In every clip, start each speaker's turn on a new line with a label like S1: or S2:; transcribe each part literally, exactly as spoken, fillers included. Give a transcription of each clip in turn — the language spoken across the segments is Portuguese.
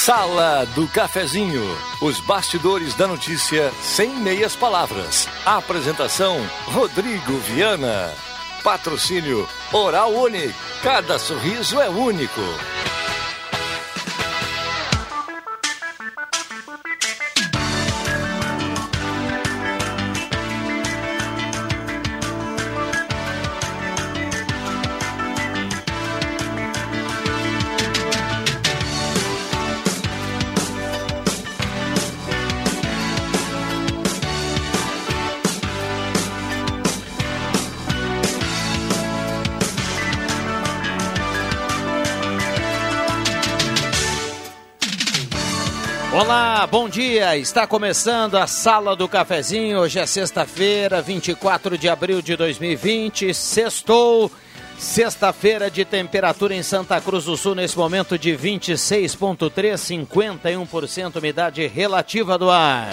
S1: Sala do Cafezinho. Os bastidores da notícia sem meias palavras. Apresentação, Rodrigo Viana. Patrocínio Oral Unique. Cada sorriso é único.
S2: Olá, bom dia, está começando a Sala do Cafezinho, hoje é sexta-feira, vinte e quatro de abril de dois mil e vinte, sextou, sexta-feira de temperatura em Santa Cruz do Sul, nesse momento de vinte e seis vírgula três, cinquenta e um por cento umidade relativa do ar.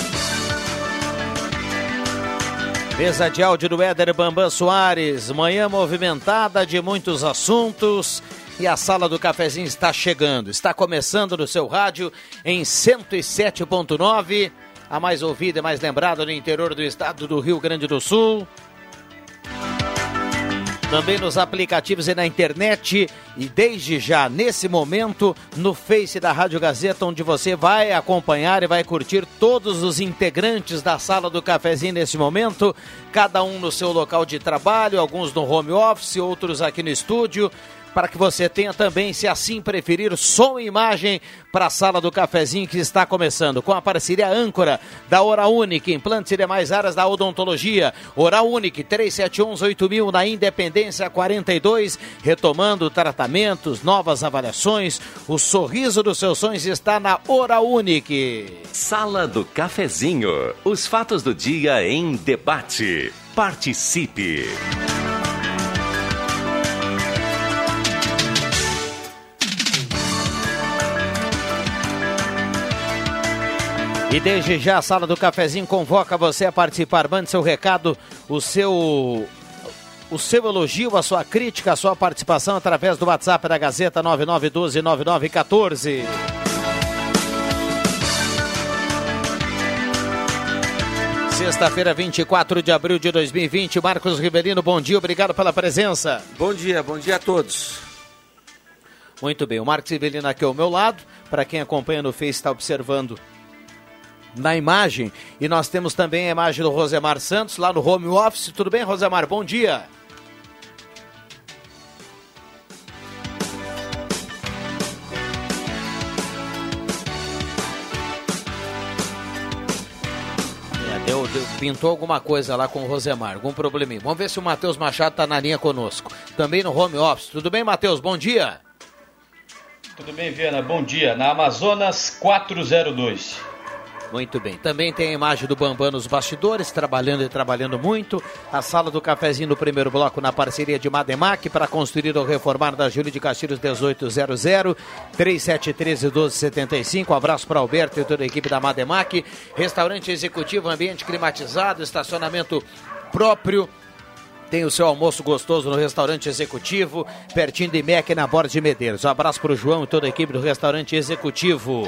S2: Mesa de áudio do Éder Bambam Soares, manhã movimentada de muitos assuntos. E a Sala do Cafezinho está chegando, está começando no seu rádio em cento e sete ponto nove, a mais ouvida e mais lembrada no interior do estado do Rio Grande do Sul. Também nos aplicativos e na internet e desde já, nesse momento, no Face da Rádio Gazeta, onde você vai acompanhar e vai curtir todos os integrantes da Sala do Cafezinho nesse momento, cada um no seu local de trabalho, alguns no home office, outros aqui no estúdio, para que você tenha também, se assim preferir, som e imagem para a Sala do Cafezinho que está começando, com a parceria âncora da Oral Unique, implantes e demais áreas da odontologia. Oral Unique, três sete um oito mil na Independência quarenta e dois, retomando tratamentos, novas avaliações, o sorriso dos seus sonhos está na Oral Unique.
S3: Sala do Cafezinho, os fatos do dia em debate. Participe!
S2: E desde já a Sala do Cafezinho convoca você a participar. Mande seu recado, o seu, o seu elogio, a sua crítica, a sua participação através do WhatsApp da Gazeta nove nove um dois nove nove um quatro. Sexta-feira, vinte e quatro de abril de dois mil e vinte. Marcos Rivelino, bom dia, obrigado pela presença.
S4: Bom dia, bom dia a todos.
S2: Muito bem, o Marcos Rivelino aqui ao meu lado. Para quem acompanha no Face, está observando na imagem, e nós temos também a imagem do Rosemar Santos lá no home office. Tudo bem, Rosemar? Bom dia. É, deu, deu, pintou alguma coisa lá com o Rosemar, algum probleminha. Vamos ver se o Matheus Machado está na linha conosco, também no home office. Tudo bem, Matheus? Bom dia.
S5: Tudo bem, Viana? Bom dia. Na Amazonas quatrocentos e dois.
S2: Muito bem, também tem a imagem do Bambam nos bastidores, trabalhando e trabalhando muito. A Sala do Cafezinho no primeiro bloco na parceria de Mademac para construir ou reformar da Júlio de Castilhos dezoito zero zero, três sete um três, um dois sete cinco. Um abraço para Alberto e toda a equipe da Mademac. Restaurante executivo, ambiente climatizado, estacionamento próprio. Tem o seu almoço gostoso no restaurante executivo, pertinho de Mec, na Borda de Medeiros. Um abraço para o João e toda a equipe do restaurante executivo.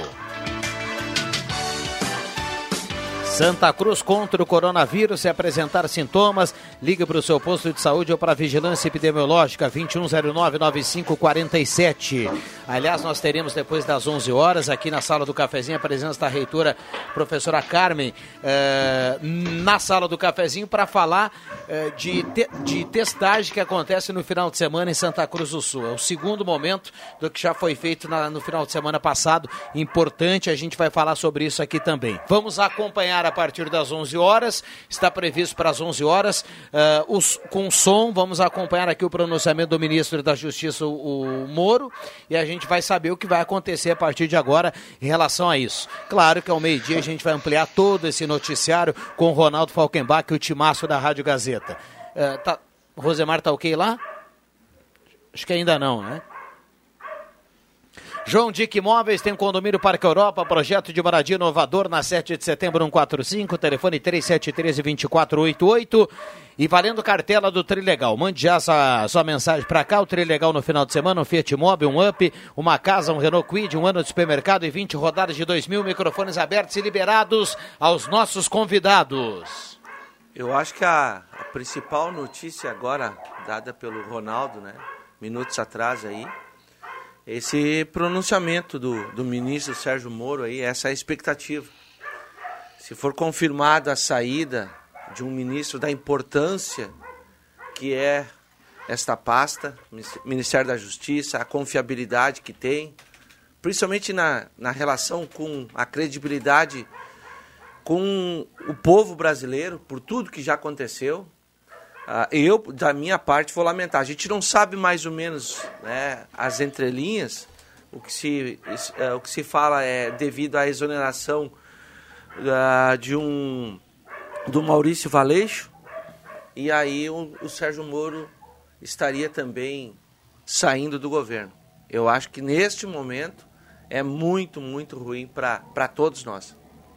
S2: Santa Cruz contra o coronavírus. Se apresentar sintomas, ligue para o seu posto de saúde ou para a vigilância epidemiológica vinte e um zero nove, nove cinco quatro sete. Aliás, nós teremos depois das onze horas aqui na Sala do Cafezinho a presença da reitora professora Carmen eh, na Sala do Cafezinho para falar eh, de, te, de testagem que acontece no final de semana em Santa Cruz do Sul. É o segundo momento do que já foi feito na, no final de semana passado. Importante, a gente vai falar sobre isso aqui também. Vamos acompanhar a partir das onze horas, está previsto para as onze horas, uh, os, com som, vamos acompanhar aqui o pronunciamento do ministro da Justiça, o, o Moro, e a gente vai saber o que vai acontecer a partir de agora em relação a isso. Claro que ao meio-dia a gente vai ampliar todo esse noticiário com o Ronaldo Falkenbach, o timaço da Rádio Gazeta. Uh, tá, Rosemar, tá ok lá? Acho que ainda não, né? João Dick Imóveis tem condomínio Parque Europa, projeto de moradia inovador na sete de setembro cento e quarenta e cinco, telefone três sete três, dois quatro oito oito. E valendo cartela do Trilegal. Mande já sua, sua mensagem para cá. O Trilegal no final de semana, um Fiat Mobi, um Up, uma casa, um Renault Kwid, um ano de supermercado e vinte rodadas de dois mil, microfones abertos e liberados aos nossos convidados.
S4: Eu acho que a, a principal notícia agora, dada pelo Ronaldo, né, minutos atrás aí, esse pronunciamento do, do ministro Sérgio Moro aí, essa é a expectativa. Se for confirmada a saída de um ministro da importância que é esta pasta, Ministério da Justiça, a confiabilidade que tem, principalmente na, na relação com a credibilidade com o povo brasileiro, por tudo que já aconteceu, Uh, eu, da minha parte, vou lamentar. A gente não sabe mais ou menos, né, as entrelinhas. O que se, uh, o que se fala é devido à exoneração uh, de um do Maurício Valeixo. E aí o, o Sérgio Moro estaria também saindo do governo. Eu acho que neste momento é muito, muito ruim para todos nós.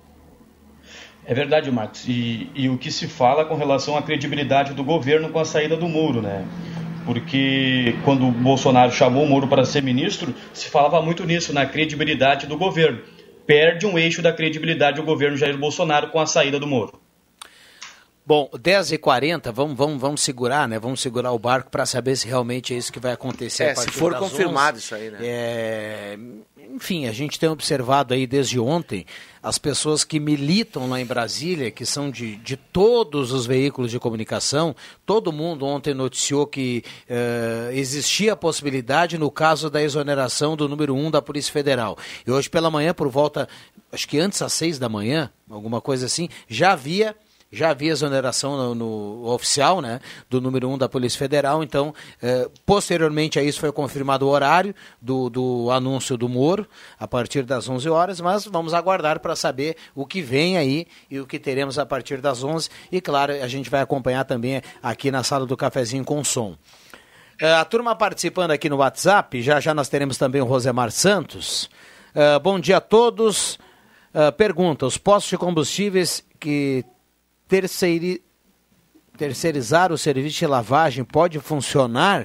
S5: É verdade, Marcos. E, e o que se fala com relação à credibilidade do governo com a saída do Moro, né? Porque quando o Bolsonaro chamou o Moro para ser ministro, se falava muito nisso, na credibilidade do governo. Perde um eixo da credibilidade do governo Jair Bolsonaro com a saída do Moro.
S2: Bom, dez e quarenta, vamos, vamos, vamos segurar, né? Vamos segurar o barco para saber se realmente é isso que vai acontecer
S4: é,
S2: a partir
S4: se for
S2: das
S4: confirmado
S2: onze.
S4: Isso aí, né?
S2: É... Enfim, a gente tem observado aí desde ontem as pessoas que militam lá em Brasília, que são de, de todos os veículos de comunicação. Todo mundo ontem noticiou que uh, existia a possibilidade no caso da exoneração do número um da Polícia Federal. E hoje pela manhã, por volta, acho que antes às seis da manhã, alguma coisa assim, já havia... Já havia exoneração no, no oficial, né, do número um da Polícia Federal, então, eh, posteriormente a isso foi confirmado o horário do, do anúncio do Moro, a partir das onze horas, mas vamos aguardar para saber o que vem aí e o que teremos a partir das onze, e claro, a gente vai acompanhar também aqui na sala do Cafezinho com som. Eh, a turma participando aqui no WhatsApp, já já nós teremos também o Rosemar Santos. Eh, bom dia a todos. Eh, pergunta, os postos de combustíveis que Terceiri... terceirizar o serviço de lavagem pode funcionar?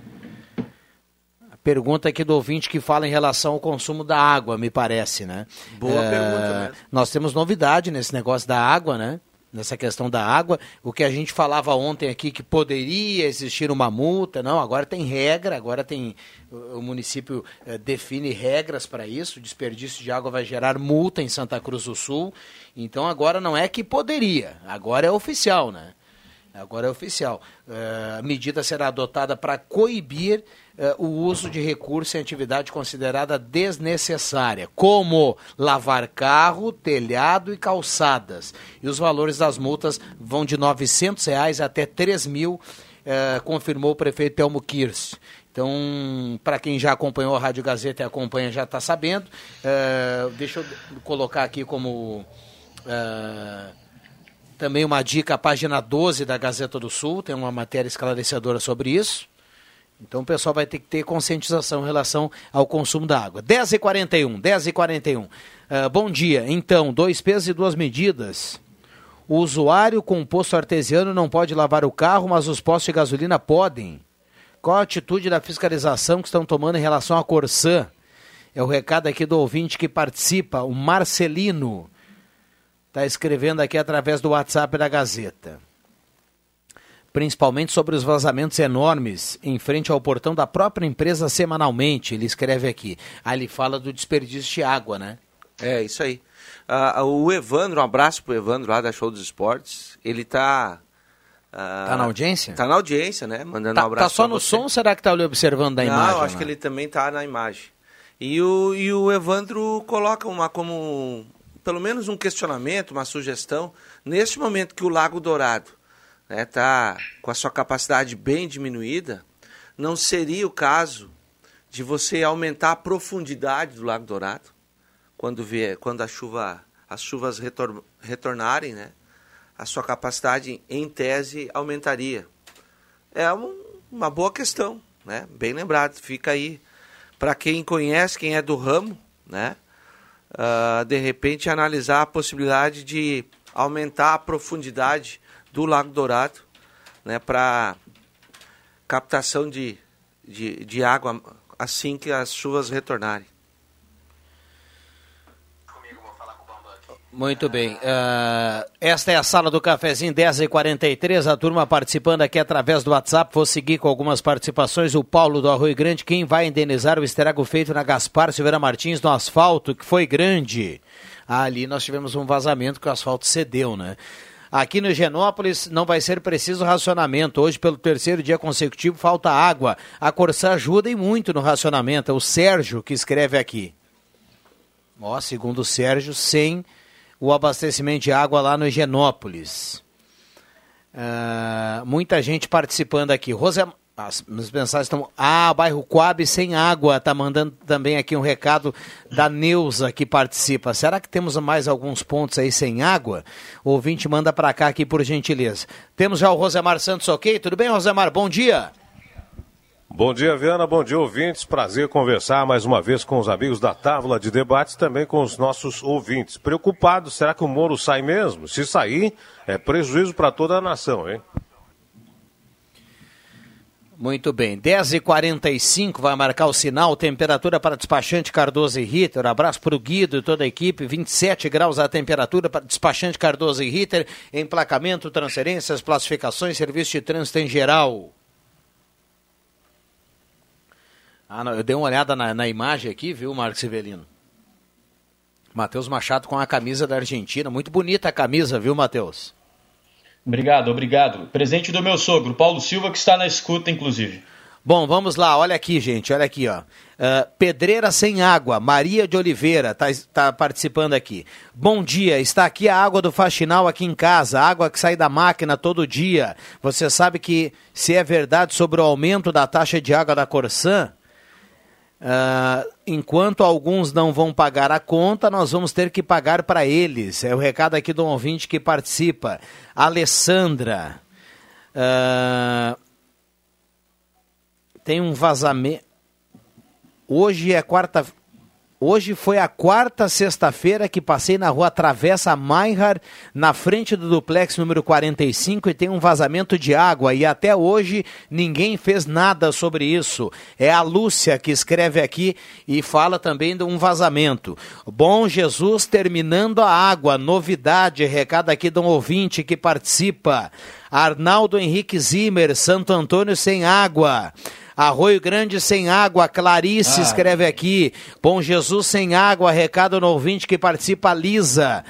S2: A pergunta aqui do ouvinte que fala em relação ao consumo da água, me parece, né?
S4: Boa
S2: é...
S4: pergunta, né?
S2: Nós temos novidade nesse negócio da água, né? Nessa questão da água. O que a gente falava ontem aqui que poderia existir uma multa, não, agora tem regra, agora tem... O município eh, define regras para isso, o desperdício de água vai gerar multa em Santa Cruz do Sul, então agora não é que poderia, agora é oficial, né? Agora é oficial. Uh, a medida será adotada para coibir uh, o uso de recurso em atividade considerada desnecessária, como lavar carro, telhado e calçadas. E os valores das multas vão de novecentos reais até três mil, uh, confirmou o prefeito Telmo Kirsch. Então, para quem já acompanhou a Rádio Gazeta e acompanha já está sabendo. Uh, deixa eu colocar aqui como... Uh, também uma dica, a página doze da Gazeta do Sul, tem uma matéria esclarecedora sobre isso. Então o pessoal vai ter que ter conscientização em relação ao consumo da água. dez e quarenta e um, dez e quarenta e um. Uh, bom dia. Então, dois pesos e duas medidas. O usuário com posto artesiano não pode lavar o carro, mas os postos de gasolina podem. Qual a atitude da fiscalização que estão tomando em relação à Corsã? É o recado aqui do ouvinte que participa, o Marcelino. Está escrevendo aqui através do WhatsApp da Gazeta. Principalmente sobre os vazamentos enormes em frente ao portão da própria empresa semanalmente. Ele escreve aqui. Aí ele fala do desperdício de água, né?
S4: É, isso aí. Uh, o Evandro, um abraço pro Evandro lá da Show dos Esportes. Ele tá... Uh,
S2: tá na audiência?
S4: Tá na audiência, né? Mandando
S2: tá,
S4: um abraço.
S2: Tá só no
S4: você.
S2: som ou será que tá ali observando da
S4: Não,
S2: imagem?
S4: Não, acho que ele também tá na imagem. E o, e o Evandro coloca uma como... pelo menos um questionamento, uma sugestão, neste momento que o Lago Dourado está, né, com a sua capacidade bem diminuída, não seria o caso de você aumentar a profundidade do Lago Dourado, quando, vier, quando a chuva, as chuvas retor, retornarem, né, a sua capacidade, em tese, aumentaria. É um, uma boa questão, né, bem lembrado, fica aí para quem conhece, quem é do ramo, né? Uh, de repente analisar a possibilidade de aumentar a profundidade do Lago Dourado, né, para captação de, de, de água assim que as chuvas retornarem.
S2: Muito bem. Uh, esta é a sala do cafezinho, dez e quarenta e três, a turma participando aqui através do WhatsApp. Vou seguir com algumas participações. O Paulo do Arroio Grande: quem vai indenizar o estrago feito na Gaspar Silveira Martins no asfalto, que foi grande? Ah, ali nós tivemos um vazamento que o asfalto cedeu, né? Aqui no Higienópolis não vai ser preciso racionamento. Hoje, pelo terceiro dia consecutivo, falta água. A Corsã ajuda e muito no racionamento. É o Sérgio que escreve aqui. Ó, segundo o Sérgio, sem o abastecimento de água lá no Higienópolis. Uh, muita gente participando aqui. Rosé... As mensagens estão... Ah, bairro Coab sem água. Está mandando também aqui um recado da Neuza que participa. Será que temos mais alguns pontos aí sem água? O ouvinte manda para cá aqui, por gentileza. Temos já o Rosemar Santos, ok? Tudo bem, Rosemar? Bom dia.
S6: Bom dia, Viana. Bom dia, ouvintes. Prazer conversar mais uma vez com os amigos da Távola de Debates, também com os nossos ouvintes. Preocupados, será que o Moro sai mesmo? Se sair, é prejuízo para toda a nação, hein?
S2: Muito bem, dez e quarenta e cinco vai marcar o sinal, temperatura para despachante Cardoso e Ritter, abraço para o Guido e toda a equipe, vinte e sete graus a temperatura para despachante Cardoso e Ritter, emplacamento, transferências, classificações, serviço de trânsito em geral. Ah, não, eu dei uma olhada na, na imagem aqui, viu, Marcos Severino? Matheus Machado com a camisa da Argentina, muito bonita a camisa, viu, Matheus?
S5: Obrigado, obrigado. Presente do meu sogro, Paulo Silva, que está na escuta, inclusive.
S2: Bom, vamos lá, olha aqui, gente, olha aqui, ó. Uh, Pedreira sem água, Maria de Oliveira está tá participando aqui. Bom dia, está aqui a água do Faxinal aqui em casa, água que sai da máquina todo dia. Você sabe que se é verdade sobre o aumento da taxa de água da Corsã, Uh, enquanto alguns não vão pagar a conta, nós vamos ter que pagar para eles. É o recado aqui do ouvinte que participa. Alessandra. Uh, tem um vazamento. Hoje é quarta. Hoje foi a quarta sexta-feira que passei na rua Travessa Maihar, na frente do duplex número quarenta e cinco, e tem um vazamento de água, e até hoje ninguém fez nada sobre isso. É a Lúcia que escreve aqui e fala também de um vazamento. Bom Jesus terminando a água, novidade, recado aqui de um ouvinte que participa. Arnaldo Henrique Zimmer, Santo Antônio sem água. Arroio Grande sem água, Clarice ah, escreve aqui. Bom Jesus sem água, recado no ouvinte que participa, Lisa.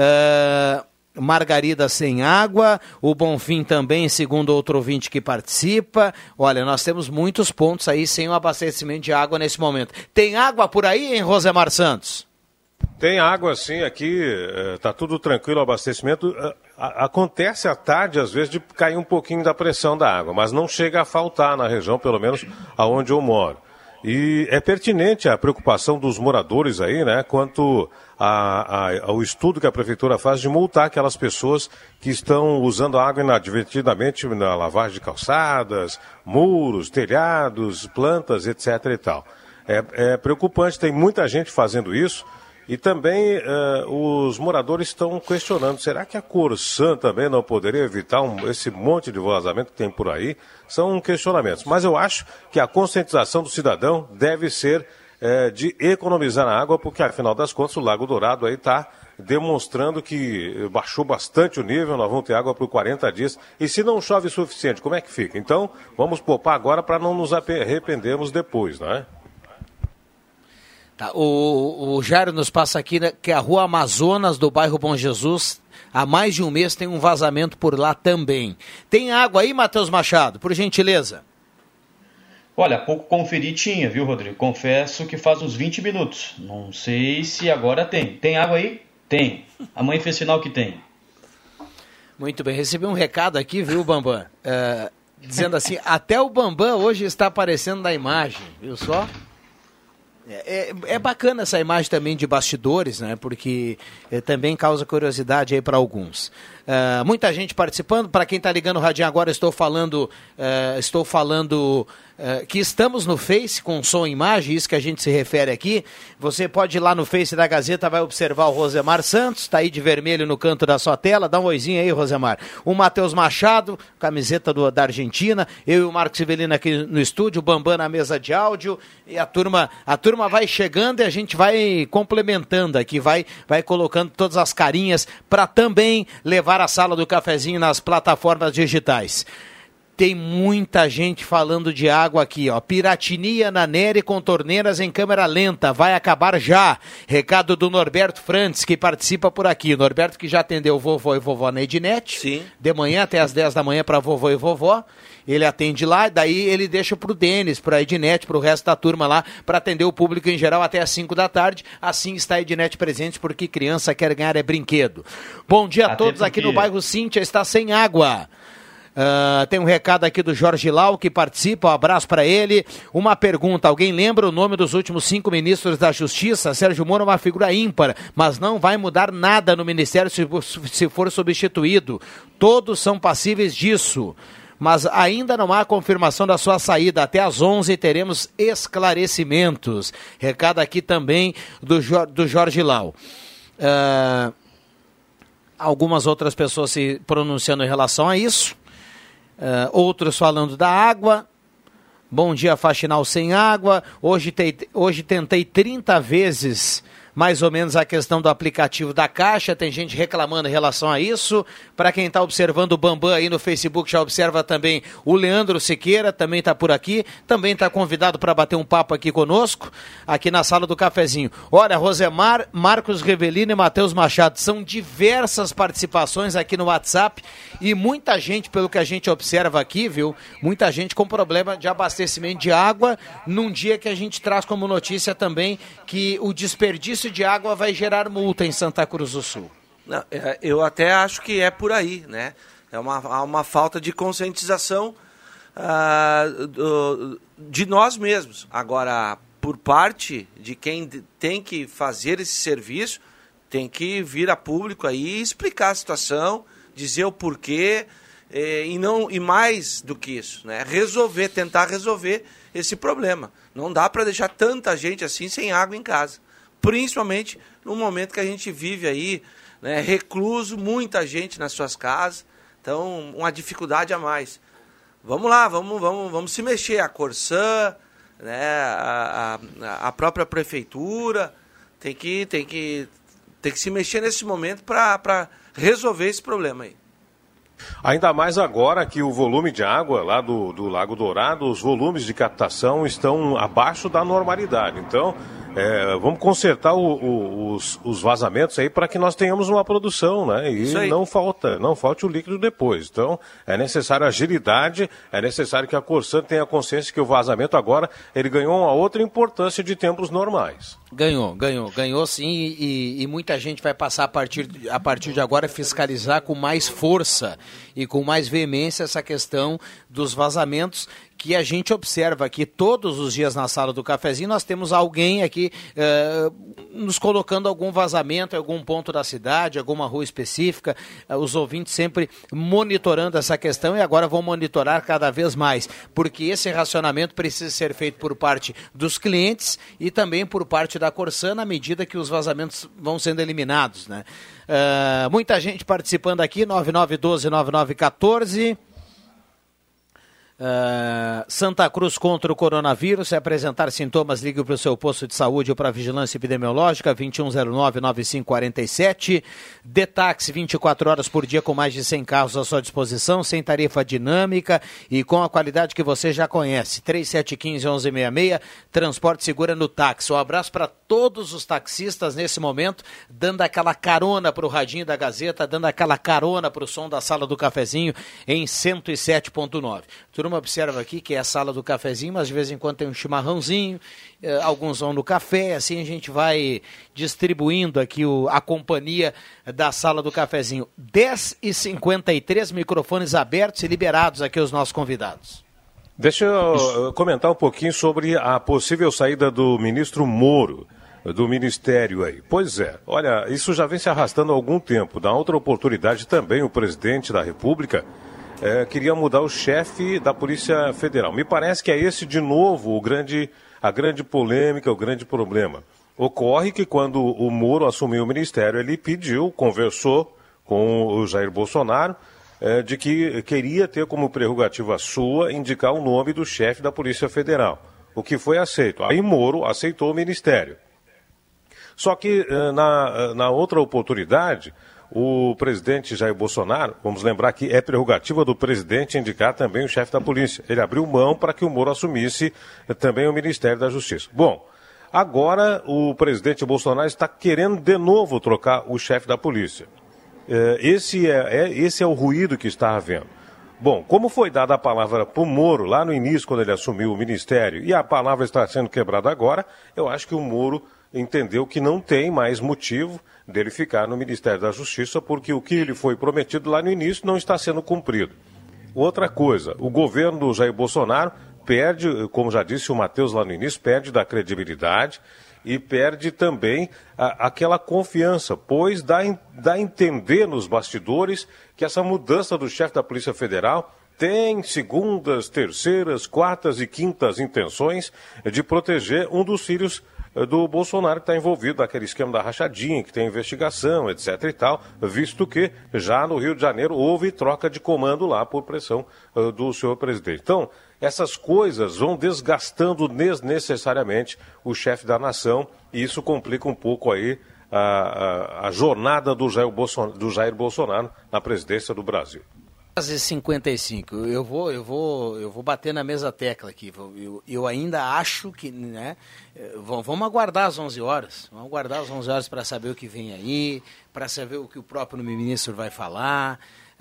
S2: Uh, Margarida sem água, o Bonfim também, segundo outro ouvinte que participa. Olha, nós temos muitos pontos aí sem o abastecimento de água nesse momento. Tem água por aí, hein, Rosemar Santos?
S6: Tem água sim, aqui está tudo tranquilo, o abastecimento. Acontece à tarde, às vezes, de cair um pouquinho da pressão da água, mas não chega a faltar na região, pelo menos aonde eu moro. E é pertinente a preocupação dos moradores aí, né, quanto a, a, ao estudo que a prefeitura faz de multar aquelas pessoas que estão usando a água inadvertidamente na lavagem de calçadas, muros, telhados, plantas, etc e tal. É, é preocupante, tem muita gente fazendo isso. E também uh, os moradores estão questionando, será que a Corsã também não poderia evitar um, esse monte de vazamento que tem por aí? São questionamentos. Mas eu acho que a conscientização do cidadão deve ser uh, de economizar a água, porque afinal das contas o Lago Dourado aí está demonstrando que baixou bastante o nível, nós vamos ter água por quarenta dias. E se não chove o suficiente, como é que fica? Então vamos poupar agora para não nos arrependermos depois, não é?
S2: Tá, o, o Jairo nos passa aqui, né, que a rua Amazonas do bairro Bom Jesus, há mais de um mês tem um vazamento por lá também. Tem água aí, Matheus Machado, por gentileza?
S5: Olha, há pouco conferi tinha, viu, Rodrigo? Confesso que faz uns vinte minutos. Não sei se agora tem. Tem água aí? Tem. A mãe fez sinal que tem.
S2: Muito bem, recebi um recado aqui, viu, Bambam? É, dizendo assim, até o Bambam hoje está aparecendo na imagem, viu só? É, é, é bacana essa imagem também de bastidores, né? Porque é, também causa curiosidade aí para alguns. Uh, muita gente participando. Para quem está ligando o radinho agora, estou falando, uh, estou falando uh, que estamos no Face com som e imagem, isso que a gente se refere aqui. Você pode ir lá no Face da Gazeta, vai observar o Rosemar Santos, está aí de vermelho no canto da sua tela. Dá um oizinho aí, Rosemar. O Matheus Machado, camiseta do, da Argentina. Eu e o Marcos Civelino aqui no estúdio, o Bambam na mesa de áudio. E a turma, a turma vai chegando e a gente vai complementando aqui, vai, vai colocando todas as carinhas para também levar a Sala do Cafezinho nas plataformas digitais. Tem muita gente falando de água aqui, ó. Piratinia na Nery com torneiras em câmera lenta, vai acabar já. Recado do Norberto Frantes, que participa por aqui. Norberto que já atendeu vovô e vovó na Ednet.
S4: Sim.
S2: De manhã até às dez da manhã para vovô e vovó. Ele atende lá, daí ele deixa pro Denis, pra Ednet, pro resto da turma lá, para atender o público em geral até às cinco da tarde. Assim está a Ednet presente, porque criança quer ganhar é brinquedo. Bom dia a até todos aqui no bairro Cíntia, está sem água. Uh, tem um recado aqui do Jorge Lau que participa, um abraço para ele. Uma pergunta, alguém lembra o nome dos últimos cinco ministros da Justiça? Sérgio Moro é uma figura ímpar, mas não vai mudar nada no Ministério se, se for substituído. Todos são passíveis disso. Mas ainda não há confirmação da sua saída. Até às onze teremos esclarecimentos. Recado aqui também do, jo- do Jorge Lau. Uh, algumas outras pessoas se pronunciando em relação a isso. Uh, outros falando da água. Bom dia, faxinal sem água. Hoje, te, hoje tentei trinta vezes mais ou menos a questão do aplicativo da Caixa, tem gente reclamando em relação a isso. Para quem está observando o Bambam aí no Facebook, já observa também o Leandro Siqueira, também está por aqui, também está convidado para bater um papo aqui conosco, aqui na Sala do Cafezinho. Olha, Rosemar, Marcos Revelino e Matheus Machado, são diversas participações aqui no WhatsApp e muita gente, pelo que a gente observa aqui, viu, muita gente com problema de abastecimento de água, num dia que a gente traz como notícia também que o desperdício de água vai gerar multa em Santa Cruz do Sul.
S4: Não, eu até acho que é por aí, né? É uma, há uma falta de conscientização uh, do, de nós mesmos. Agora, por parte de quem tem que fazer esse serviço, tem que vir a público aí e explicar a situação, dizer o porquê, eh, e, não, e mais do que isso, né? Resolver, tentar resolver esse problema. Não dá para deixar tanta gente assim sem água em casa. Principalmente no momento que a gente vive aí, né, recluso, muita gente nas suas casas, então uma dificuldade a mais. Vamos lá, vamos, vamos, vamos se mexer, a Corsã, né, a, a, a própria prefeitura, tem que, tem que, tem que se mexer nesse momento para resolver esse problema aí.
S6: Ainda mais agora que o volume de água lá do, do Lago Dourado, os volumes de captação estão abaixo da normalidade. Então, é, vamos consertar o, o, os, os vazamentos aí para que nós tenhamos uma produção, né? E não falta, não falte o líquido depois. Então, é necessário agilidade, é necessário que a Corsã tenha consciência que o vazamento agora ele ganhou uma outra importância de tempos normais.
S2: Ganhou, ganhou, ganhou sim, e, e muita gente vai passar a partir, a partir de agora a fiscalizar com mais força e com mais veemência essa questão dos vazamentos que a gente observa aqui todos os dias na Sala do Cafezinho. Nós temos alguém aqui uh, nos colocando algum vazamento, algum ponto da cidade, alguma rua específica, uh, os ouvintes sempre monitorando essa questão e agora vão monitorar cada vez mais, porque esse racionamento precisa ser feito por parte dos clientes e também por parte da Corsã na medida que os vazamentos vão sendo eliminados, né? Uh, muita gente participando aqui, nove nove um dois, nove nove um quatro. Uh, Santa Cruz contra o coronavírus. Se apresentar sintomas, ligue para o seu posto de saúde ou para a vigilância epidemiológica vinte e um zero nove, nove cinco quatro sete. Detax, vinte e quatro horas por dia com mais de cem carros à sua disposição, sem tarifa dinâmica e com a qualidade que você já conhece. Três sete um cinco, um um seis seis. Transporte segura no táxi. Um abraço para todos os taxistas nesse momento, dando aquela carona para o radinho da Gazeta, dando aquela carona para o som da Sala do Cafezinho em cento e sete ponto nove. Turma observa aqui que é a Sala do Cafezinho, mas de vez em quando tem um chimarrãozinho, eh, alguns vão no café, assim a gente vai distribuindo aqui o, a companhia da Sala do Cafezinho. dez e cinquenta e três, microfones abertos e liberados aqui os nossos convidados.
S6: Deixa eu comentar um pouquinho sobre a possível saída do ministro Moro. do Ministério aí. Pois é, olha, isso já vem se arrastando há algum tempo. Na outra oportunidade também o presidente da República é, queria mudar o chefe da Polícia Federal. Me parece que é esse de novo o grande, a grande polêmica, o grande problema. Ocorre que quando o Moro assumiu o Ministério, ele pediu, conversou com o Jair Bolsonaro, é, de que queria ter como prerrogativa sua indicar o nome do chefe da Polícia Federal, o que foi aceito. Aí Moro aceitou o Ministério. Só que na, na outra oportunidade, o presidente Jair Bolsonaro, vamos lembrar que é prerrogativa do presidente indicar também o chefe da polícia. Ele abriu mão para que o Moro assumisse também o Ministério da Justiça. Bom, agora o presidente Bolsonaro está querendo de novo trocar o chefe da polícia. Esse é, é, esse é o ruído que está havendo. Bom, como foi dada a palavra para o Moro lá no início, quando ele assumiu o Ministério, e a palavra está sendo quebrada agora, eu acho que o Moro entendeu que não tem mais motivo dele ficar no Ministério da Justiça, porque o que ele foi prometido lá no início não está sendo cumprido. Outra coisa, o governo do Jair Bolsonaro perde, como já disse o Matheus lá no início, perde da credibilidade e perde também a, aquela confiança, pois dá, dá a entender nos bastidores que essa mudança do chefe da Polícia Federal tem segundas, terceiras, quartas e quintas intenções de proteger um dos filhos do Bolsonaro, que está envolvido naquele esquema da rachadinha, que tem investigação, etc e tal, visto que já no Rio de Janeiro houve troca de comando lá por pressão uh, do senhor presidente. Então, essas coisas vão desgastando desnecessariamente o chefe da nação e isso complica um pouco aí a, a, a jornada do Jair, Bolson, do Jair Bolsonaro na presidência do Brasil.
S2: Quase cinquenta e cinco. Eu vou, eu vou, eu vou bater na mesma tecla aqui. Eu, eu ainda acho que, né? Vamos aguardar às onze horas. Vamos aguardar às onze horas para saber o que vem aí, para saber o que o próprio ministro vai falar.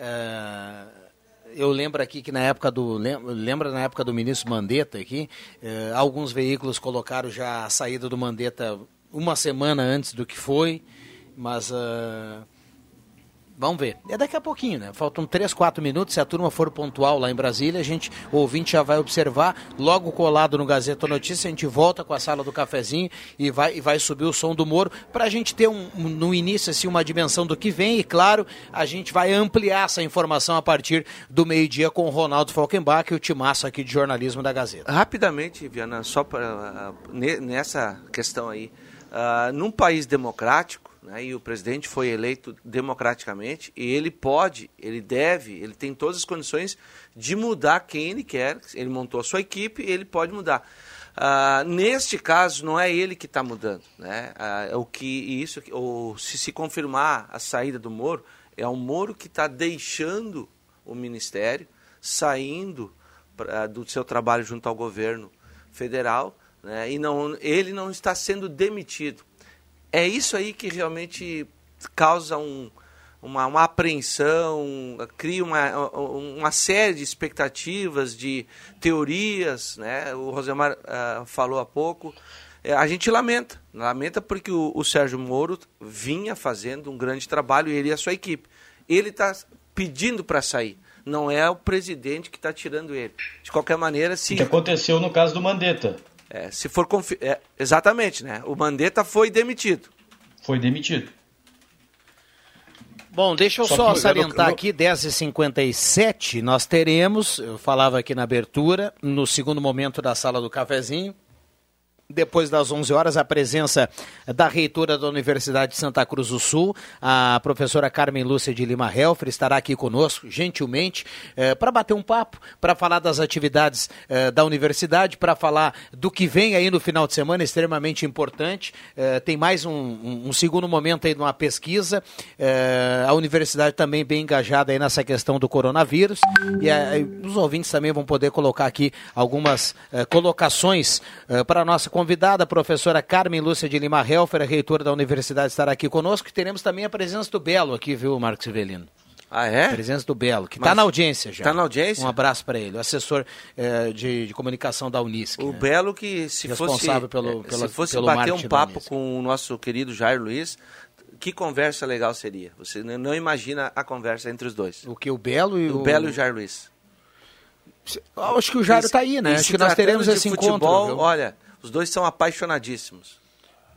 S2: Uh, eu lembro aqui que na época do, lembra na época do ministro Mandetta aqui, uh, alguns veículos colocaram já a saída do Mandetta uma semana antes do que foi, mas uh, vamos ver. É daqui a pouquinho, né? Faltam três, quatro minutos. Se a turma for pontual lá em Brasília, a gente, o ouvinte já vai observar. Logo colado no Gazeta Notícia, a gente volta com a sala do cafezinho e vai, e vai subir o som do Moro para a gente ter um, um, no início assim, uma dimensão do que vem. E claro, a gente vai ampliar essa informação a partir do meio-dia com o Ronaldo Falkenbach e o timaço aqui de jornalismo da Gazeta.
S4: Rapidamente, Viana, só para uh, nessa questão aí. Uh, num país democrático, né, e o presidente foi eleito democraticamente, e ele pode, ele deve, ele tem todas as condições de mudar quem ele quer. Ele montou a sua equipe, ele pode mudar. Uh, neste caso, não é ele que está mudando, né? Uh, o que isso, ou se se confirmar a saída do Moro, é o Moro que está deixando o ministério, saindo pra, do seu trabalho junto ao governo federal, né, e não, ele não está sendo demitido. É isso aí que realmente causa um, uma, uma apreensão, cria uma, uma série de expectativas, de teorias, né? O Rosemar uh, falou há pouco. É, a gente lamenta, lamenta porque o, o Sérgio Moro vinha fazendo um grande trabalho, ele e a sua equipe. Ele está pedindo para sair, não é o presidente que está tirando ele. De qualquer maneira, se...
S5: O que aconteceu no caso do Mandetta.
S4: É, se for confi... é, exatamente, né? O Mandetta foi demitido.
S5: Foi demitido.
S2: Bom, deixa eu só, só salientar eu... aqui, dez e cinquenta e sete, nós teremos, eu falava aqui na abertura, no segundo momento da sala do cafezinho, depois das onze horas, a presença da reitora da Universidade de Santa Cruz do Sul, a professora Carmen Lúcia de Lima Helfer, estará aqui conosco, gentilmente, eh, para bater um papo, para falar das atividades eh, da universidade, para falar do que vem aí no final de semana, extremamente importante. Eh, tem mais um, um, um segundo momento aí de uma pesquisa, eh, a universidade também bem engajada aí nessa questão do coronavírus, e eh, os ouvintes também vão poder colocar aqui algumas eh, colocações eh, para a nossa convidada, a professora Carmen Lúcia de Lima Helfer, a reitora da universidade, estará aqui conosco. E teremos também a presença do Belo aqui, viu, Marcos Rivelino?
S4: Ah, é?
S2: A presença do Belo, que está na audiência já.
S4: Está na audiência?
S2: Um abraço para ele, o assessor eh, de, de comunicação da Unisc.
S4: O
S2: né?
S4: Belo que, se
S2: Responsável
S4: fosse,
S2: pelo,
S4: é,
S2: pela,
S4: se fosse
S2: pelo
S4: bater um papo com o nosso querido Jair Luiz, que conversa legal seria. Você não imagina a conversa entre os dois.
S2: O que, o Belo e o...
S4: O Belo e o Jair Luiz.
S2: Acho que o Jair está aí, né? Acho que nós teremos esse
S4: futebol,
S2: encontro. Viu?
S4: Olha... Os dois são apaixonadíssimos.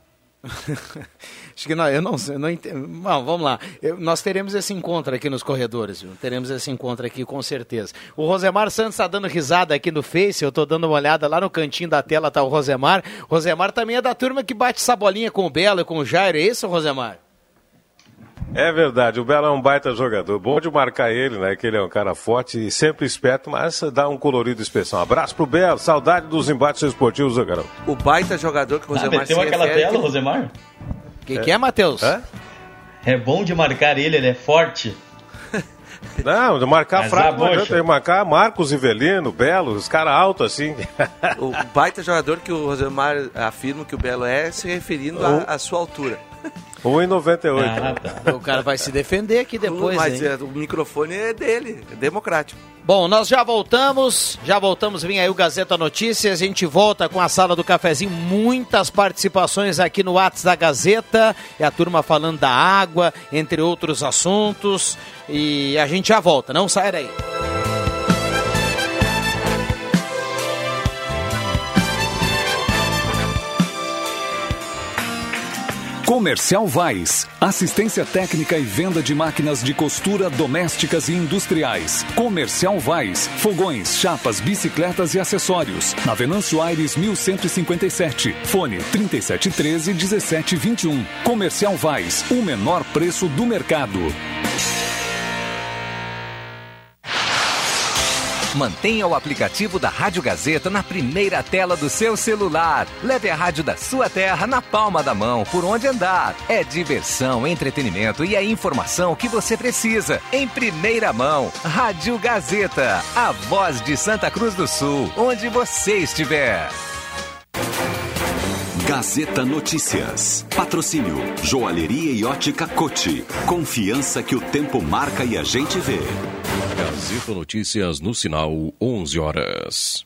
S2: Acho que não, eu não sei, não entendo. Bom, vamos lá. Eu, nós teremos esse encontro aqui nos corredores, viu? Teremos esse encontro aqui com certeza. O Rosemar Santos está dando risada aqui no Face, eu estou dando uma olhada lá no cantinho da tela, tá o Rosemar. Rosemar também é da turma que bate essa bolinha com o Belo e com o Jairo, é isso, Rosemar?
S6: É verdade, o Belo é um baita jogador, bom de marcar ele, né, que ele é um cara forte e sempre esperto, mas dá um colorido especial. Um abraço pro Belo, saudade dos embates esportivos, garoto.
S4: O baita jogador que o Rosemar
S5: ah, meteu aquela tela, que... Rosemar?
S2: O que, que é, Matheus?
S5: É? é bom de marcar ele, ele é forte.
S6: Não, de marcar mas fraco, não adianta, marcar Marcos Ivelino, Belo, os caras altos assim.
S4: O baita jogador que o Rosemar afirma que o Belo é, se referindo à sua altura.
S6: um e noventa e oito.
S2: Ah, tá. O cara vai se defender aqui depois,
S4: mas
S2: hein?
S4: o microfone é dele, é democrático.
S2: Bom, nós já voltamos, já voltamos, vem aí o Gazeta Notícias, a gente volta com a Sala do Cafezinho, muitas participações aqui no WhatsApp da Gazeta, é a turma falando da água, entre outros assuntos, e a gente já volta, não sai daí.
S7: Comercial Vais, assistência técnica e venda de máquinas de costura domésticas e industriais. Comercial Vais, fogões, chapas, bicicletas e acessórios. Na Venâncio Aires mil cento e cinquenta e sete, fone trinta e sete treze, dezessete vinte e um. Comercial Vais, o menor preço do mercado.
S8: Mantenha o aplicativo da Rádio Gazeta na primeira tela do seu celular. Leve a rádio da sua terra na palma da mão, por onde andar. É diversão, entretenimento e a informação que você precisa. Em primeira mão, Rádio Gazeta, a voz de Santa Cruz do Sul, onde você estiver.
S9: Gazeta Notícias. Patrocínio Joalheria e Ótica Cote. Confiança que o tempo marca e a gente vê.
S3: Gazeta Notícias no sinal onze horas.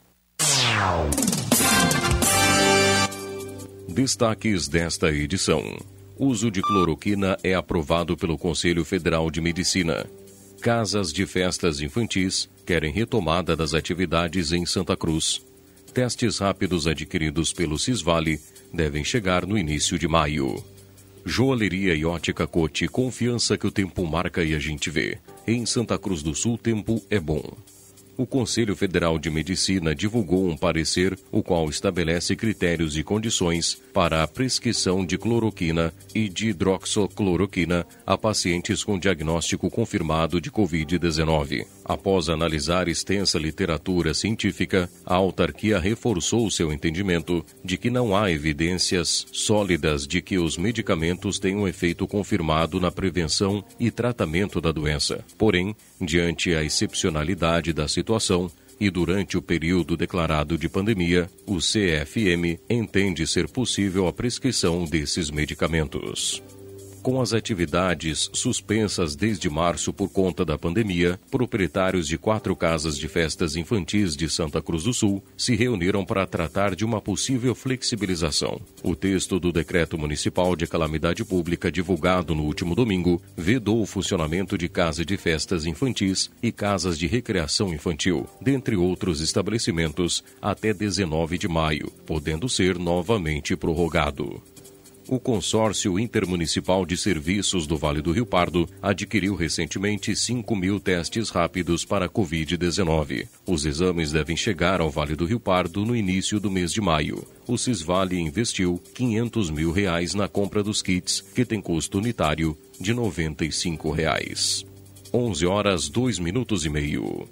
S3: Destaques desta edição. Uso de cloroquina é aprovado pelo Conselho Federal de Medicina. Casas de festas infantis querem retomada das atividades em Santa Cruz. Testes rápidos adquiridos pelo Cisvale devem chegar no início de maio. Joalheria e Ótica Cote, confiança que o tempo marca e a gente vê. Em Santa Cruz do Sul, tempo é bom. O Conselho Federal de Medicina divulgou um parecer, o qual estabelece critérios e condições para a prescrição de cloroquina e de hidroxicloroquina a pacientes com diagnóstico confirmado de covid dezenove. Após analisar extensa literatura científica, a autarquia reforçou seu entendimento de que não há evidências sólidas de que os medicamentos tenham efeito confirmado na prevenção e tratamento da doença. Porém, diante a excepcionalidade da situação e durante o período declarado de pandemia, o C F M entende ser possível a prescrição desses medicamentos. Com as atividades suspensas desde março por conta da pandemia, proprietários de quatro casas de festas infantis de Santa Cruz do Sul se reuniram para tratar de uma possível flexibilização. O texto do Decreto Municipal de Calamidade Pública divulgado no último domingo vedou o funcionamento de casas de festas infantis e casas de recreação infantil, dentre outros estabelecimentos, até dezenove de maio, podendo ser novamente prorrogado. O Consórcio Intermunicipal de Serviços do Vale do Rio Pardo adquiriu recentemente cinco mil testes rápidos para covid dezenove. Os exames devem chegar ao Vale do Rio Pardo no início do mês de maio. O Cisvale investiu quinhentos mil reais na compra dos kits, que tem custo unitário de noventa e cinco reais. onze horas, dois minutos e meio.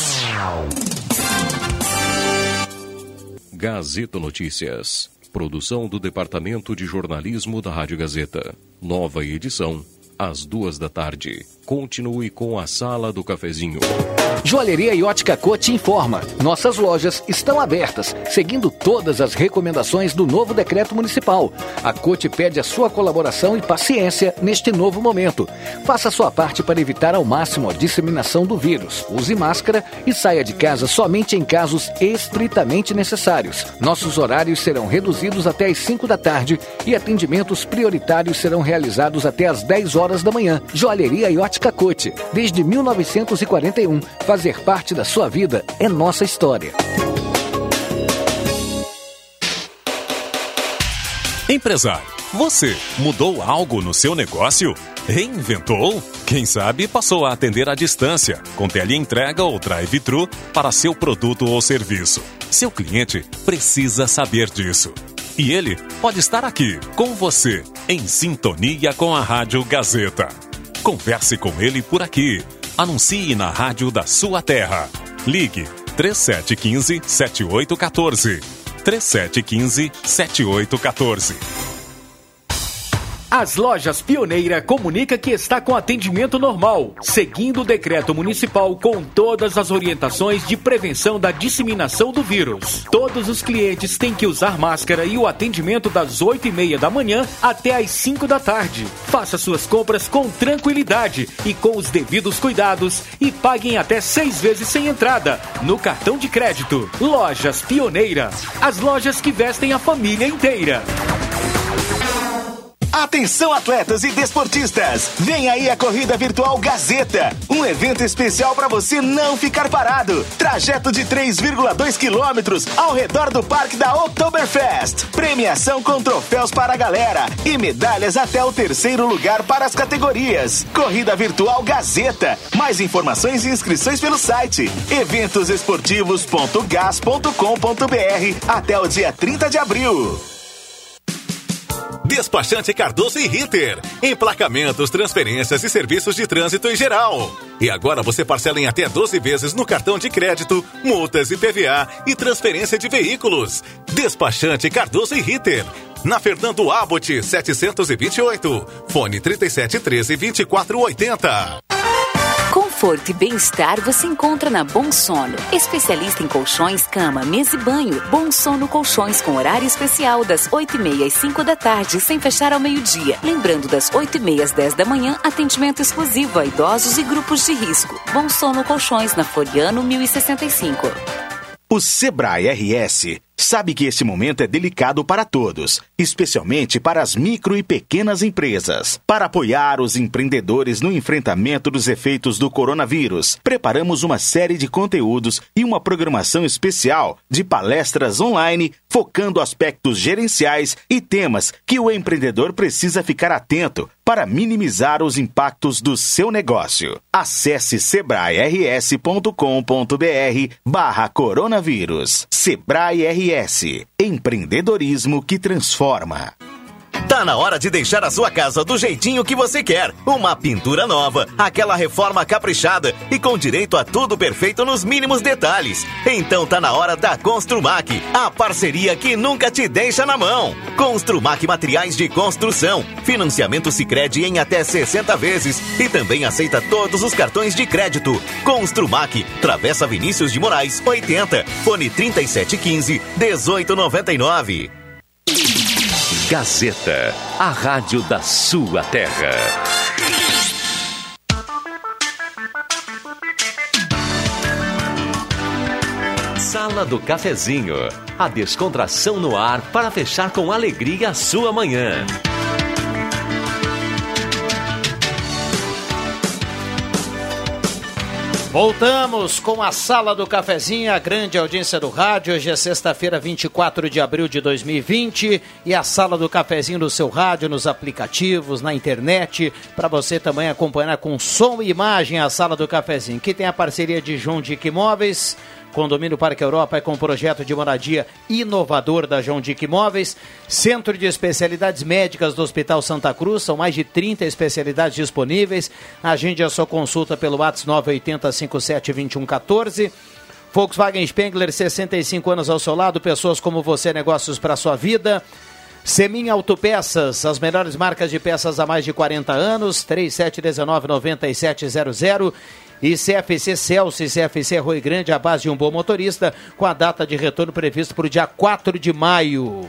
S3: Gazeta Notícias. Produção do Departamento de Jornalismo da Rádio Gazeta. Nova edição, às duas da tarde. Continue com a Sala do Cafezinho.
S10: Joalheria e Ótica Cote informa. Nossas lojas estão abertas, seguindo todas as recomendações do novo decreto municipal. A Cote pede a sua colaboração e paciência neste novo momento. Faça sua parte para evitar ao máximo a disseminação do vírus. Use máscara e saia de casa somente em casos estritamente necessários. Nossos horários serão reduzidos até às cinco da tarde e atendimentos prioritários serão realizados até às dez horas da manhã. Joalheria e Ótica Cote. Desde mil novecentos e quarenta e um, fazer parte da sua vida é nossa história.
S11: Empresário, Você mudou algo no seu negócio? Reinventou? Quem sabe passou a atender à distância, com teleentrega ou drive-thru para seu produto ou serviço. Seu cliente precisa saber disso. E ele pode estar aqui, com você, em sintonia com a Rádio Gazeta. Converse com ele por aqui. Anuncie na rádio da sua terra. Ligue três sete um cinco, sete oito um quatro. três sete um cinco, sete oito um quatro.
S10: As Lojas Pioneira comunica que está com atendimento normal, seguindo o decreto municipal com todas as orientações de prevenção da disseminação do vírus. Todos os clientes têm que usar máscara e o atendimento das oito e meia da manhã até às cinco da tarde. Faça suas compras com tranquilidade e com os devidos cuidados e paguem até seis vezes sem entrada no cartão de crédito. Lojas Pioneira, as lojas que vestem a família inteira.
S12: Atenção, atletas e desportistas! Vem aí a Corrida Virtual Gazeta, um evento especial para você não ficar parado. Trajeto de três vírgula dois quilômetros ao redor do Parque da Oktoberfest. Premiação com troféus para a galera e medalhas até o terceiro lugar para as categorias. Corrida Virtual Gazeta. Mais informações e inscrições pelo site eventos esportivos ponto gas ponto com ponto br até o dia trinta de abril.
S13: Despachante Cardoso e Ritter. Emplacamentos, transferências e serviços de trânsito em geral. E agora você parcela em até doze vezes no cartão de crédito, multas e P V A e transferência de veículos. Despachante Cardoso e Ritter. Na Fernando Abbott, setecentos e vinte e oito. Fone trinta e sete, treze, vinte e quatro, oitenta.
S14: Conforto e bem-estar você encontra na Bom Sono. Especialista em colchões, cama, mesa e banho. Bom Sono Colchões com horário especial das oito e meia às cinco da tarde, sem fechar ao meio-dia. Lembrando, das oito e meia às dez da manhã, atendimento exclusivo a idosos e grupos de risco. Bom Sono Colchões, na Floriano mil e sessenta e cinco.
S12: O Sebrae R S sabe que esse momento é delicado para todos, especialmente para as micro e pequenas empresas. Para apoiar os empreendedores no enfrentamento dos efeitos do coronavírus, preparamos uma série de conteúdos e uma programação especial de palestras online focando aspectos gerenciais e temas que o empreendedor precisa ficar atento para minimizar os impactos do seu negócio. Acesse sebrae r s ponto com ponto b r barra coronavírus. Sebrae R S. Empreendedorismo que transforma.
S15: Tá na hora de deixar a sua casa do jeitinho que você quer. Uma pintura nova, aquela reforma caprichada e com direito a tudo perfeito nos mínimos detalhes. Então tá na hora da Construmac, a parceria que nunca te deixa na mão. Construmac Materiais de Construção, financiamento Sicredi em até sessenta vezes e também aceita todos os cartões de crédito. Construmac, Travessa Vinícius de Moraes, oitenta, fone trinta e sete quinze, dezoito noventa e nove.
S1: Gazeta, a rádio da sua terra. Sala do Cafezinho, a descontração no ar para fechar com alegria a sua manhã.
S2: Voltamos com a Sala do Cafezinho, a grande audiência do rádio. Hoje é sexta-feira, vinte e quatro de abril de dois mil e vinte. E a Sala do Cafezinho no seu rádio, nos aplicativos, na internet. Para você também acompanhar com som e imagem a Sala do Cafezinho. Que tem a parceria de João Dick Imóveis. Condomínio Parque Europa é com um projeto de moradia inovador da João Dick Imóveis. Centro de Especialidades Médicas do Hospital Santa Cruz. São mais de trinta especialidades disponíveis. Agende a sua consulta pelo WhatsApp nove oito zero, cinco sete dois um um quatro. Volkswagen Spengler, sessenta e cinco anos ao seu lado. Pessoas como você, negócios para a sua vida. Semin Autopeças, as melhores marcas de peças há mais de quarenta anos. três sete um nove, nove sete zero zero. E C F C Celso e C F C Rio Grande, a base de um bom motorista, com a data de retorno prevista para o dia quatro de maio.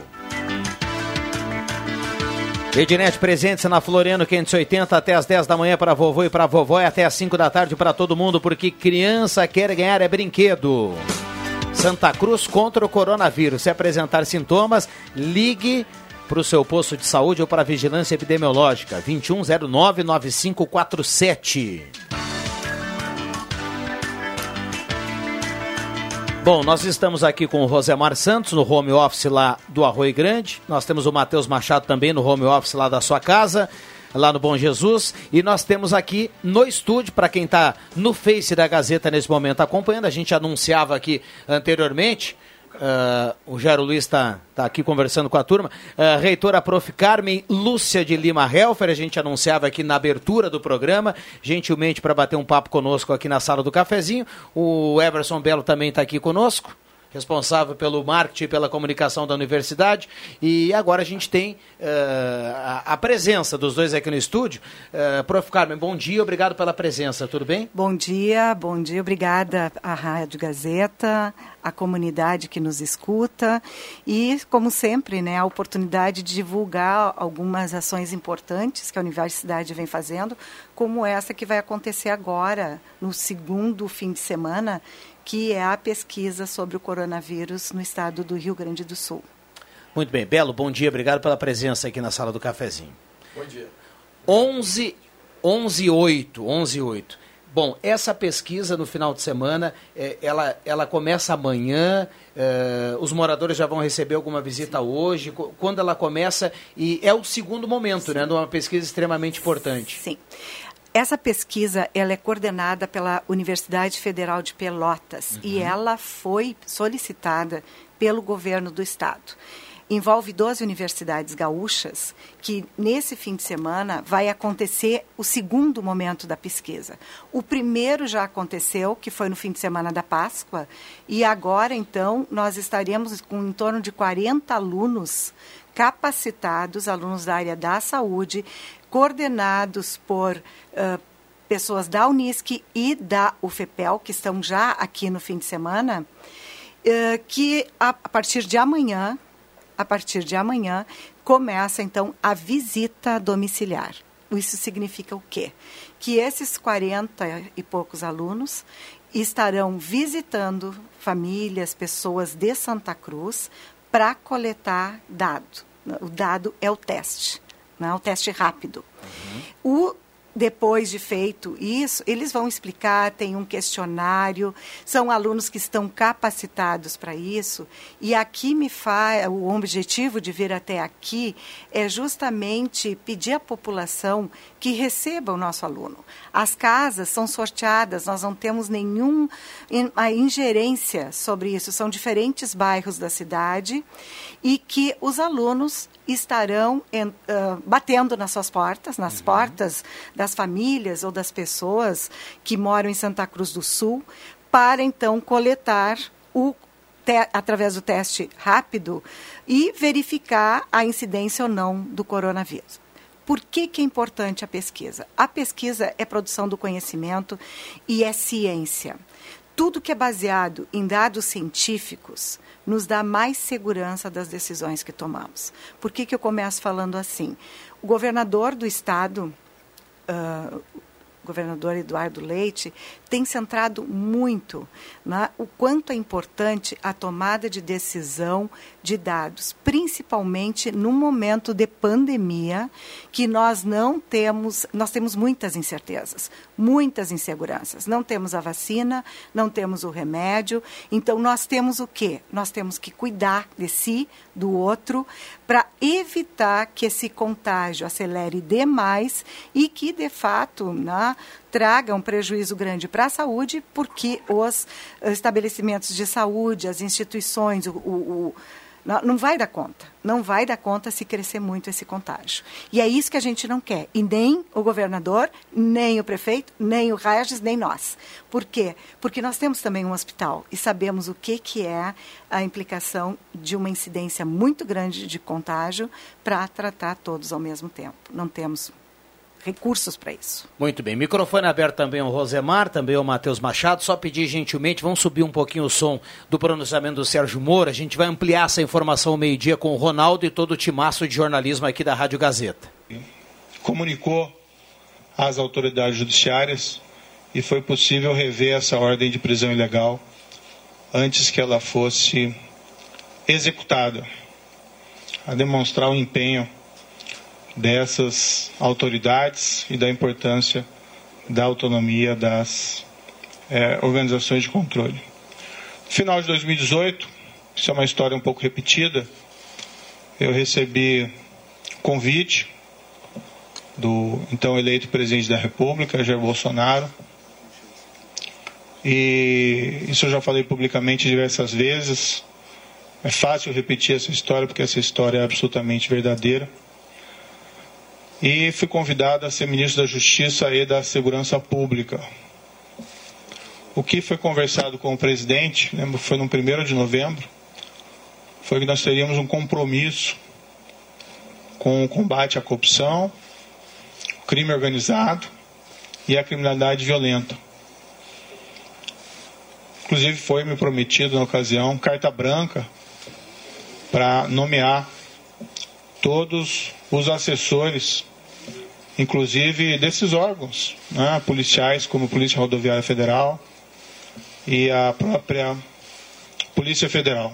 S2: Ednet Presentes na Floriano quinhentos e oitenta, até às dez da manhã para vovô e para vovó, e até às cinco da tarde para todo mundo, porque criança quer ganhar é brinquedo. Santa Cruz contra o coronavírus. Se apresentar sintomas, ligue para o seu posto de saúde ou para a vigilância epidemiológica. vinte e um zero nove, nove cinco quatro sete. Bom, nós estamos aqui com o Rosemar Santos no home office lá do Arroio Grande. Nós temos o Matheus Machado também no home office lá da sua casa, lá no Bom Jesus. E nós temos aqui no estúdio, para quem está no Face da Gazeta nesse momento acompanhando, a gente anunciava aqui anteriormente, uh, o Jairo Luiz está tá aqui conversando com a turma, uh, reitora Prof Carmen Lúcia de Lima Helfer, a gente anunciava aqui na abertura do programa, gentilmente para bater um papo conosco aqui na sala do cafezinho. O Everson Belo também está aqui conosco, responsável pelo marketing e pela comunicação da universidade, e agora a gente tem uh, a, a presença dos dois aqui no estúdio. Uh, Prof Carmen, bom dia, obrigado pela presença, tudo bem?
S16: Bom dia, bom dia, obrigada à Rádio Gazeta, à comunidade que nos escuta e, como sempre, né, a oportunidade de divulgar algumas ações importantes que a universidade vem fazendo, como essa que vai acontecer agora, no segundo fim de semana, que é a pesquisa sobre o coronavírus no estado do Rio Grande do Sul.
S2: Muito bem, Belo, bom dia, obrigado pela presença aqui na sala do cafezinho.
S17: Bom dia.
S2: onze, onze, oito, onze, oito. Bom, essa pesquisa no final de semana, é, ela, ela começa amanhã, é, os moradores já vão receber alguma visita Sim. hoje, quando ela começa, e é o segundo momento, Sim. né, de uma pesquisa extremamente importante.
S16: Sim. Essa pesquisa ela é coordenada pela Universidade Federal de Pelotas uhum. e ela foi solicitada pelo governo do estado. Envolve doze universidades gaúchas que, nesse fim de semana, vai acontecer o segundo momento da pesquisa. O primeiro já aconteceu, que foi no fim de semana da Páscoa, e agora, então, nós estaremos com em torno de quarenta alunos capacitados, alunos da área da saúde, coordenados por uh, pessoas da Unisc e da U F P E L, que estão já aqui no fim de semana, uh, que a, a partir de amanhã, a partir de amanhã, começa então a visita domiciliar. Isso significa o quê? Que esses quarenta e poucos alunos estarão visitando famílias, pessoas de Santa Cruz, para coletar dado. O dado é o teste. Né, o teste rápido. Uhum. O, depois de feito isso, eles vão explicar, tem um questionário, são alunos que estão capacitados para isso, e aqui me faz, o objetivo de vir até aqui é justamente pedir à população que receba o nosso aluno. As casas são sorteadas, nós não temos nenhuma ingerência sobre isso, são diferentes bairros da cidade, e que os alunos estarão en, uh, batendo nas suas portas, nas uhum. portas das famílias ou das pessoas que moram em Santa Cruz do Sul, para então coletar o te, através do teste rápido e verificar a incidência ou não do coronavírus. Por que que é importante a pesquisa? A pesquisa é produção do conhecimento e é ciência. Tudo que é baseado em dados científicos nos dá mais segurança das decisões que tomamos. Por que que eu começo falando assim? O governador do estado, uh, o governador Eduardo Leite, tem centrado muito na, o quanto é importante a tomada de decisão de dados, principalmente no momento de pandemia, que nós não temos, nós temos muitas incertezas, muitas inseguranças. Não temos a vacina, não temos o remédio, então nós temos o quê? Nós temos que cuidar de si, do outro, para evitar que esse contágio acelere demais e que, de fato, né, traga um prejuízo grande para a saúde, porque os estabelecimentos de saúde, as instituições, o, o, o Não, não vai dar conta, não vai dar conta se crescer muito esse contágio. E é isso que a gente não quer, e nem o governador, nem o prefeito, nem o Regis, nem nós. Por quê? Porque nós temos também um hospital e sabemos o que, que é a implicação de uma incidência muito grande de contágio para tratar todos ao mesmo tempo. Não temos recursos para isso.
S2: Muito bem. Microfone aberto também ao Rosemar, também ao Matheus Machado. Só pedir gentilmente, vamos subir um pouquinho o som do pronunciamento do Sérgio Moro. A gente vai ampliar essa informação ao meio-dia com o Ronaldo e todo o timaço de jornalismo aqui da Rádio Gazeta.
S18: Comunicou às autoridades judiciárias e foi possível rever essa ordem de prisão ilegal antes que ela fosse executada, a demonstrar o empenho dessas autoridades e da importância da autonomia das é, organizações de controle. Final de dois mil e dezoito, isso é uma história um pouco repetida, eu recebi convite do então eleito presidente da República, Jair Bolsonaro, e isso eu já falei publicamente diversas vezes. É fácil repetir essa história porque essa história é absolutamente verdadeira. E fui convidado a ser ministro da Justiça e da Segurança Pública. O que foi conversado com o presidente, lembro, foi no primeiro de novembro, foi que nós teríamos um compromisso com o combate à corrupção, o crime organizado e a criminalidade violenta. Inclusive foi me prometido na ocasião carta branca para nomear todos os assessores, inclusive desses órgãos, né, policiais, como a Polícia Rodoviária Federal e a própria Polícia Federal.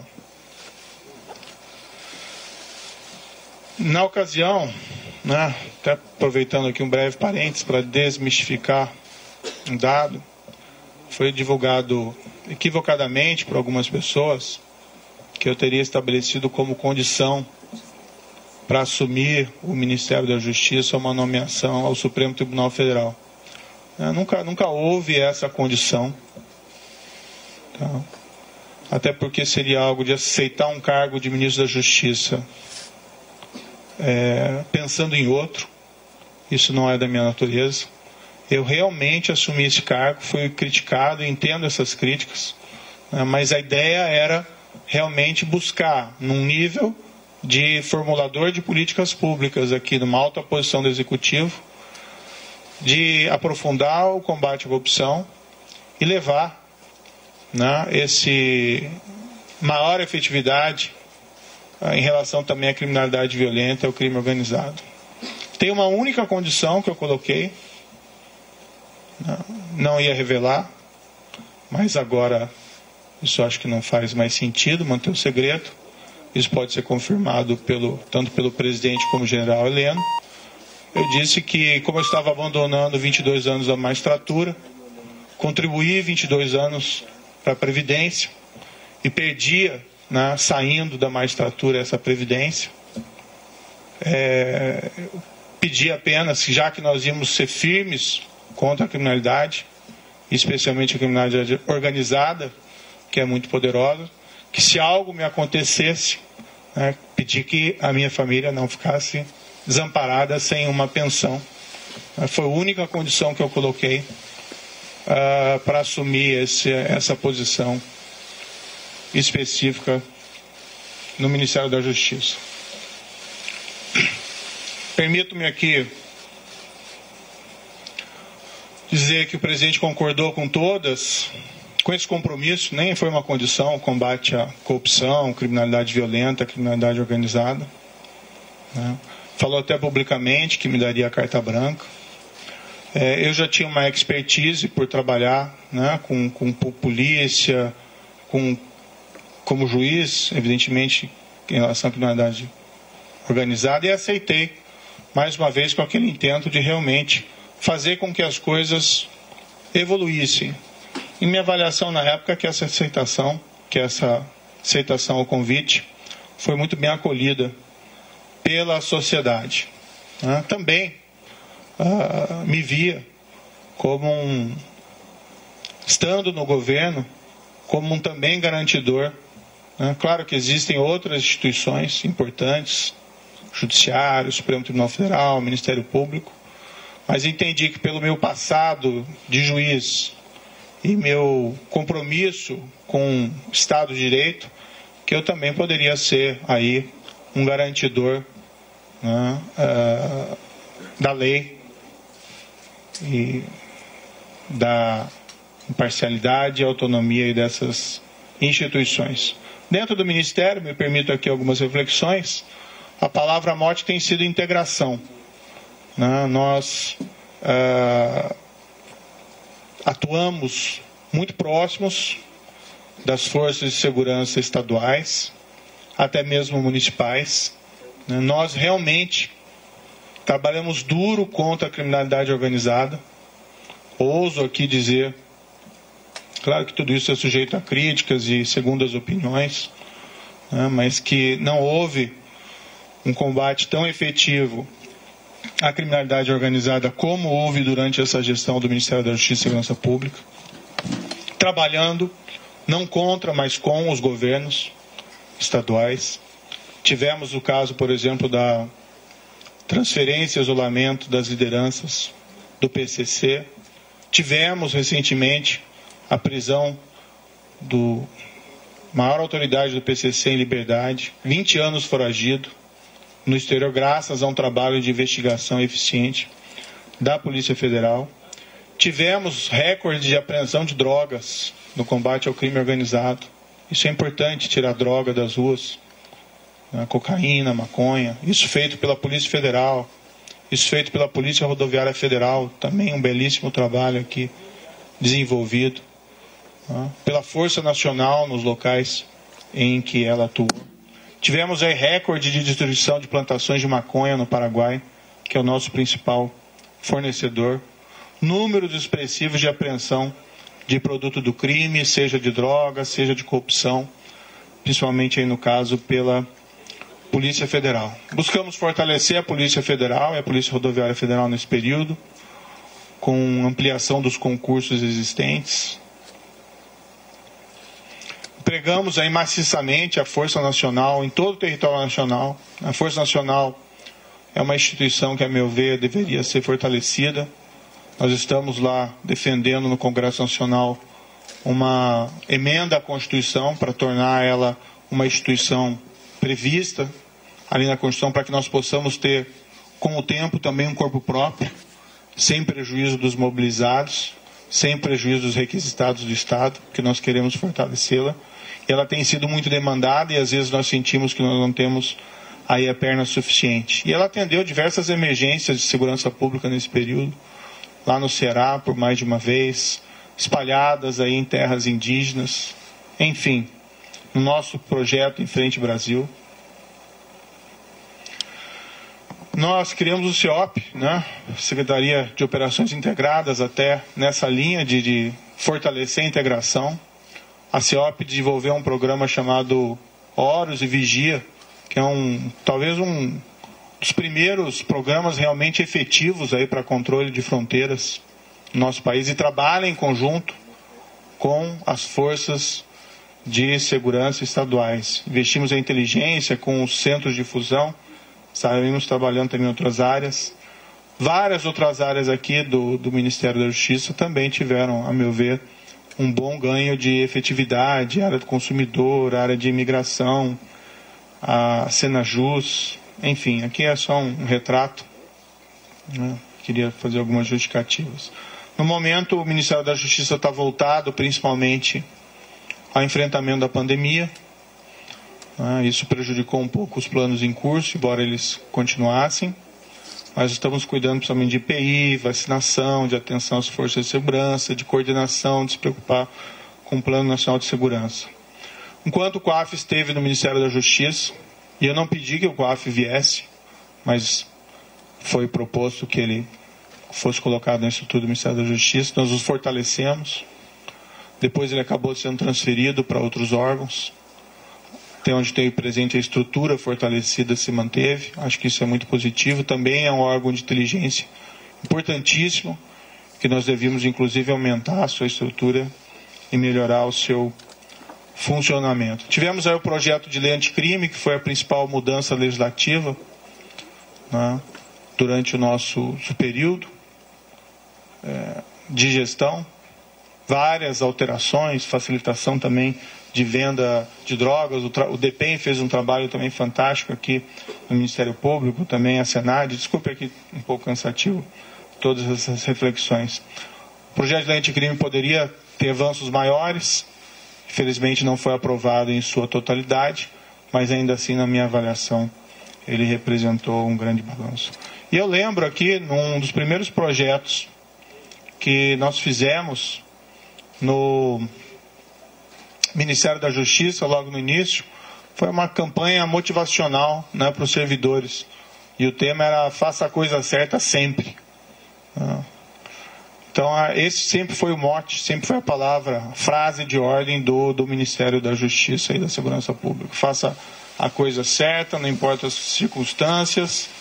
S18: Na ocasião, né, até aproveitando aqui um breve parênteses para desmistificar um dado, foi divulgado equivocadamente por algumas pessoas que eu teria estabelecido como condição para assumir o Ministério da Justiça uma nomeação ao Supremo Tribunal Federal. É, nunca, nunca houve essa condição. Tá? Até porque seria algo de aceitar um cargo de ministro da Justiça é, pensando em outro. Isso não é da minha natureza. Eu realmente assumi esse cargo, fui criticado, entendo essas críticas, né, mas a ideia era realmente buscar, num nível de formulador de políticas públicas aqui numa alta posição do Executivo, de aprofundar o combate à corrupção e levar, né, esse maior efetividade uh, em relação também à criminalidade violenta e ao crime organizado. Tem uma única condição que eu coloquei, não, não ia revelar, mas agora isso acho que não faz mais sentido manter o segredo. Isso pode ser confirmado pelo, tanto pelo presidente como general Heleno. Eu disse que, como eu estava abandonando vinte e dois anos da magistratura, contribuí vinte e dois anos para a Previdência e perdia, né, saindo da magistratura, essa Previdência. É, pedi apenas, já que nós íamos ser firmes contra a criminalidade, especialmente a criminalidade organizada, que é muito poderosa, que se algo me acontecesse, né, pedir que a minha família não ficasse desamparada sem uma pensão. Foi a única condição que eu coloquei uh, para assumir esse, essa posição específica no Ministério da Justiça. Permito-me aqui dizer que o presidente concordou com todas, com esse compromisso, nem foi uma condição, o combate à corrupção, criminalidade violenta, criminalidade organizada. Né? Falou até publicamente que me daria a carta branca. É, eu já tinha uma expertise por trabalhar, né, com, com polícia, com, como juiz, evidentemente, em relação à criminalidade organizada, e aceitei, mais uma vez, com aquele intento de realmente fazer com que as coisas evoluíssem. Em minha avaliação na época, que essa aceitação, que essa aceitação ao convite foi muito bem acolhida pela sociedade. Né? Também uh, me via como um, estando no governo, como um também garantidor. Né? Claro que existem outras instituições importantes, Judiciário, Supremo Tribunal Federal, Ministério Público, mas entendi que pelo meu passado de juiz e meu compromisso com o Estado de Direito, que eu também poderia ser aí um garantidor, né, uh, da lei e da imparcialidade e autonomia dessas instituições. Dentro do Ministério, me permito aqui algumas reflexões, a palavra mote tem sido integração. Né? Nós uh, atuamos muito próximos das forças de segurança estaduais, até mesmo municipais. Né? Nós realmente trabalhamos duro contra a criminalidade organizada. Ouso aqui dizer Claro que tudo isso é sujeito a críticas e segundas opiniões, né, mas que não houve um combate tão efetivo à criminalidade organizada como houve durante essa gestão do Ministério da Justiça e Segurança Pública, trabalhando não contra, mas com os governos estaduais. Tivemos o caso, por exemplo, da transferência e isolamento das lideranças do P C C. Tivemos recentemente a prisão do maior autoridade do P C C em liberdade, vinte anos foragido no exterior, graças a um trabalho de investigação eficiente da Polícia Federal. Tivemos recorde de apreensão de drogas no combate ao crime organizado. Isso é importante, tirar droga das ruas, né, cocaína, maconha. Isso feito pela Polícia Federal, isso feito pela Polícia Rodoviária Federal, também um belíssimo trabalho aqui desenvolvido, né, pela Força Nacional nos locais em que ela atua. Tivemos aí recorde de destruição de plantações de maconha no Paraguai, que é o nosso principal fornecedor. Números expressivos de apreensão de produto do crime, seja de droga, seja de corrupção, principalmente aí no caso pela Polícia Federal. Buscamos fortalecer a Polícia Federal e a Polícia Rodoviária Federal nesse período, com ampliação dos concursos existentes. Empregamos aí maciçamente a Força Nacional em todo o território nacional. A Força Nacional é uma instituição que, a meu ver, deveria ser fortalecida. Nós estamos lá defendendo no Congresso Nacional uma emenda à Constituição para tornar ela uma instituição prevista ali na Constituição, para que nós possamos ter, com o tempo, também um corpo próprio, sem prejuízo dos mobilizados, sem prejuízo dos requisitados do Estado, que nós queremos fortalecê-la. E ela tem sido muito demandada e às vezes nós sentimos que nós não temos aí a perna suficiente. E ela atendeu diversas emergências de segurança pública nesse período, lá no Ceará, por mais de uma vez, espalhadas aí em terras indígenas, enfim, no nosso projeto Em Frente Brasil. Nós criamos o C E O P, né? Secretaria de Operações Integradas, até nessa linha de, de fortalecer a integração. A C E O P desenvolveu um programa chamado Horus e Vigia, que é um, talvez um dos primeiros programas realmente efetivos aí para controle de fronteiras no nosso país, e trabalha em conjunto com as forças de segurança estaduais. Investimos em inteligência com os centros de fusão, estaremos trabalhando também em outras áreas. Várias outras áreas aqui do, do Ministério da Justiça também tiveram, a meu ver, um bom ganho de efetividade, área do consumidor, área de imigração, a Senajus, enfim, aqui é só um retrato, né? Queria fazer algumas justificativas. No momento, o Ministério da Justiça está voltado principalmente ao enfrentamento da pandemia. Né? Isso prejudicou um pouco os planos em curso, embora eles continuassem. Nós estamos cuidando principalmente de I P I, vacinação, de atenção às forças de segurança, de coordenação, de se preocupar com o Plano Nacional de Segurança. Enquanto o COAF esteve no Ministério da Justiça, e eu não pedi que o COAF viesse, mas foi proposto que ele fosse colocado na estrutura do Ministério da Justiça, nós os fortalecemos. Depois ele acabou sendo transferido para outros órgãos. Até onde teve presente a estrutura fortalecida se manteve. Acho que isso é muito positivo. Também é um órgão de inteligência importantíssimo, que nós devíamos inclusive aumentar a sua estrutura e melhorar o seu funcionamento. Tivemos aí o projeto de lei anticrime, que foi a principal mudança legislativa, né, durante o nosso período é, de gestão. Várias alterações, facilitação também de venda de drogas. O, o D P E M fez um trabalho também fantástico aqui no Ministério Público, também a Senad. Desculpe aqui um pouco cansativo todas essas reflexões. O projeto de lei anticrime poderia ter avanços maiores. Infelizmente não foi aprovado em sua totalidade, mas ainda assim, na minha avaliação, ele representou um grande balanço. E eu lembro aqui, num dos primeiros projetos que nós fizemos no Ministério da Justiça, logo no início, foi uma campanha motivacional, né, para os servidores. E o tema era: faça a coisa certa sempre. Então, esse sempre foi o mote, sempre foi a palavra, a frase de ordem do, do Ministério da Justiça e da Segurança Pública. Faça a coisa certa, não importa as circunstâncias,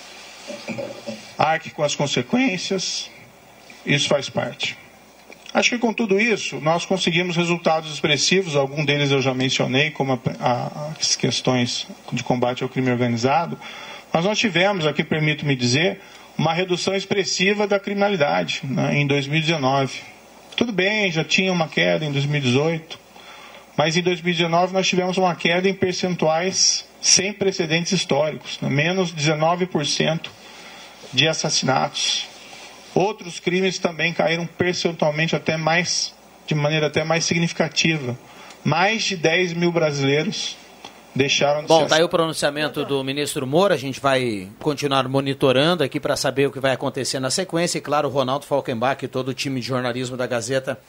S18: arque com as consequências, isso faz parte. Acho que com tudo isso, nós conseguimos resultados expressivos, alguns deles eu já mencionei, como a, a, as questões de combate ao crime organizado, mas nós tivemos, aqui permito-me dizer, uma redução expressiva da criminalidade, né, em dois mil e dezenove. Tudo bem, já tinha uma queda em dois mil e dezoito, mas em dois mil e dezenove nós tivemos uma queda em percentuais sem precedentes históricos, né, menos dezenove por cento de assassinatos. Outros crimes também caíram percentualmente até mais, de maneira até mais significativa. Mais de dez mil brasileiros deixaram de
S2: Bom,
S18: ser...
S2: está aí o pronunciamento do ministro Moura, a gente vai continuar monitorando aqui para saber o que vai acontecer na sequência, e claro, o Ronaldo Falkenbach e todo o time de jornalismo da Gazeta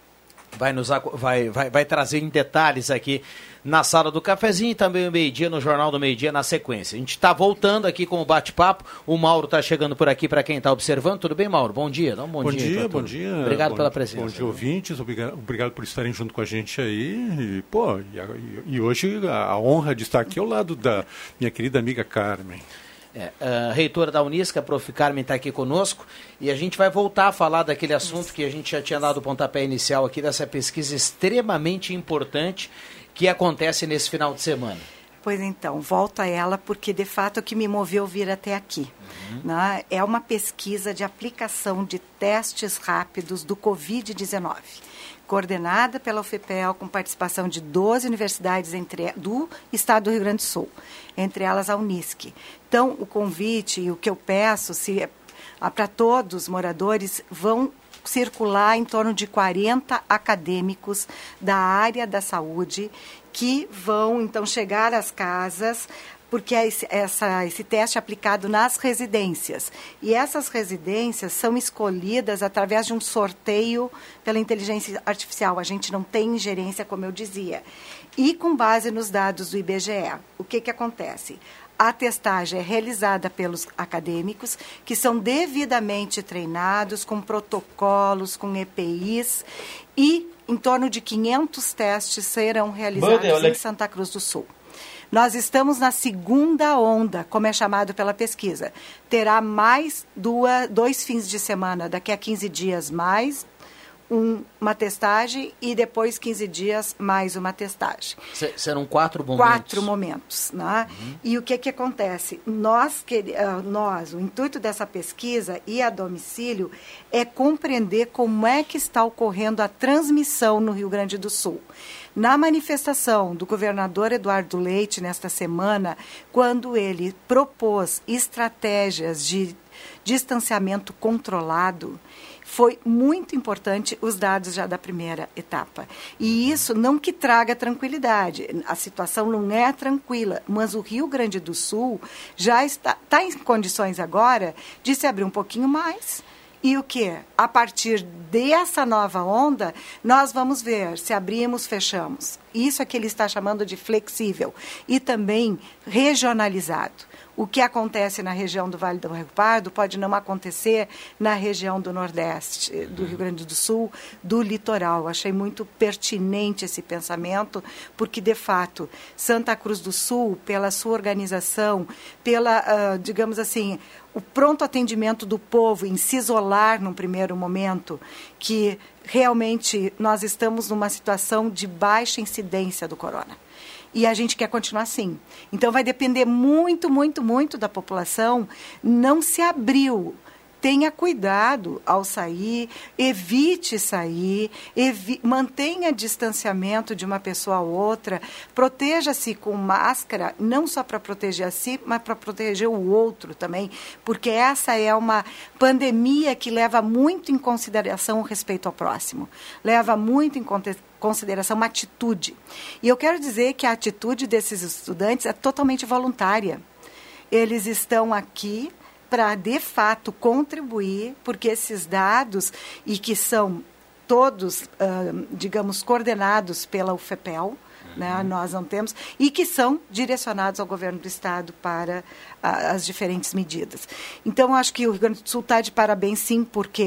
S2: vai, nos, vai, vai, vai trazer em detalhes aqui na Sala do Cafezinho e também o meio-dia no Jornal do Meio-Dia na sequência. A gente está voltando aqui com o bate-papo, o Mauro está chegando por aqui para quem está observando. Tudo bem, Mauro? Bom dia. Dá um bom,
S17: bom
S2: dia.
S17: dia,
S2: Bom
S17: bom
S2: dia,
S17: dia.
S2: Obrigado
S17: bom,
S2: pela presença.
S17: Bom dia, ouvintes. Obrigado, obrigado por estarem junto com a gente aí. E, pô, e, e hoje a honra de estar aqui ao lado da minha querida amiga Carmen.
S2: É, a reitora da Unisca, a prof Carmen, está aqui conosco e a gente vai voltar a falar daquele assunto que a gente já tinha dado o pontapé inicial aqui, dessa pesquisa extremamente importante que acontece nesse final de semana.
S16: Pois então, volto a ela porque de fato é o que me moveu vir até aqui. Uhum. Né? É uma pesquisa de aplicação de testes rápidos do covid dezenove. Coordenada pela U F P E L, com participação de doze universidades entre, do estado do Rio Grande do Sul, entre elas a Unisc. Então, o convite e o que eu peço, se para todos os moradores, vão circular em torno de quarenta acadêmicos da área da saúde que vão, então, chegar às casas, porque esse, essa, esse teste é aplicado nas residências. E essas residências são escolhidas através de um sorteio pela inteligência artificial. A gente não tem ingerência, como eu dizia. E com base nos dados do I B G E. O que, que acontece? A testagem é realizada pelos acadêmicos, que são devidamente treinados, com protocolos, com E P Is, e em torno de quinhentos testes serão realizados Bode, em Santa Cruz do Sul. Nós estamos na segunda onda, como é chamado pela pesquisa. Terá mais duas, dois fins de semana, daqui a quinze dias mais um, uma testagem e depois quinze dias mais uma testagem.
S2: C- serão quatro momentos.
S16: Quatro momentos. Né? Uhum. E o que, que acontece? Nós, que, uh, nós, o intuito dessa pesquisa e a domicílio é compreender como é que está ocorrendo a transmissão no Rio Grande do Sul. Na manifestação do governador Eduardo Leite, nesta semana, quando ele propôs estratégias de distanciamento controlado, foi muito importante os dados já da primeira etapa. E isso não que traga tranquilidade. A situação não é tranquila, mas o Rio Grande do Sul já está, está em condições agora de se abrir um pouquinho mais. E o que? A partir dessa nova onda, nós vamos ver se abrimos, fechamos. Isso é que ele está chamando de flexível e também regionalizado. O que acontece na região do Vale do Rio Pardo pode não acontecer na região do Nordeste, do Rio Grande do Sul, do litoral. Achei muito pertinente esse pensamento, porque, de fato, Santa Cruz do Sul, pela sua organização, pela, uh, digamos assim, o pronto atendimento do povo em se isolar num primeiro momento, que realmente nós estamos numa situação de baixa incidência do corona. E a gente quer continuar assim. Então, vai depender muito, muito, muito da população. Não se abriu. Tenha cuidado ao sair, evite sair, evi- mantenha distanciamento de uma pessoa a outra, proteja-se com máscara, não só para proteger a si, mas para proteger o outro também, porque essa é uma pandemia que leva muito em consideração o respeito ao próximo, leva muito em consideração consideração uma atitude. E eu quero dizer que a atitude desses estudantes é totalmente voluntária. Eles estão aqui para, de fato, contribuir, porque esses dados, e que são todos, uh, digamos, coordenados pela U F P E L, né, nós não temos, e que são direcionados ao governo do Estado para uh, as diferentes medidas. Então, eu acho que o Rio Grande do Sul está de parabéns, sim, porque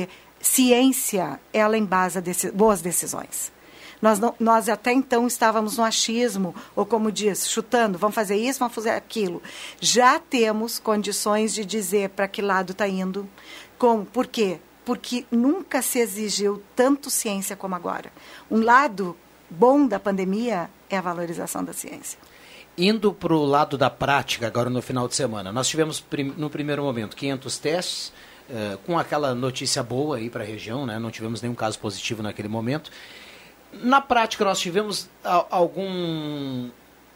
S16: ciência, ela embasa deci- boas decisões. Nós, não, nós até então estávamos no achismo, ou como diz, chutando, vamos fazer isso, vamos fazer aquilo. Já temos condições de dizer para que lado está indo. Como? Por quê? Porque nunca se exigiu tanto ciência como agora. Um lado bom da pandemia é a valorização da ciência.
S2: Indo para o lado da prática, agora no final de semana, nós tivemos prim- no primeiro momento quinhentos testes, uh, com aquela notícia boa aí para a região, né? Não tivemos nenhum caso positivo naquele momento. Na prática, nós tivemos a, algum,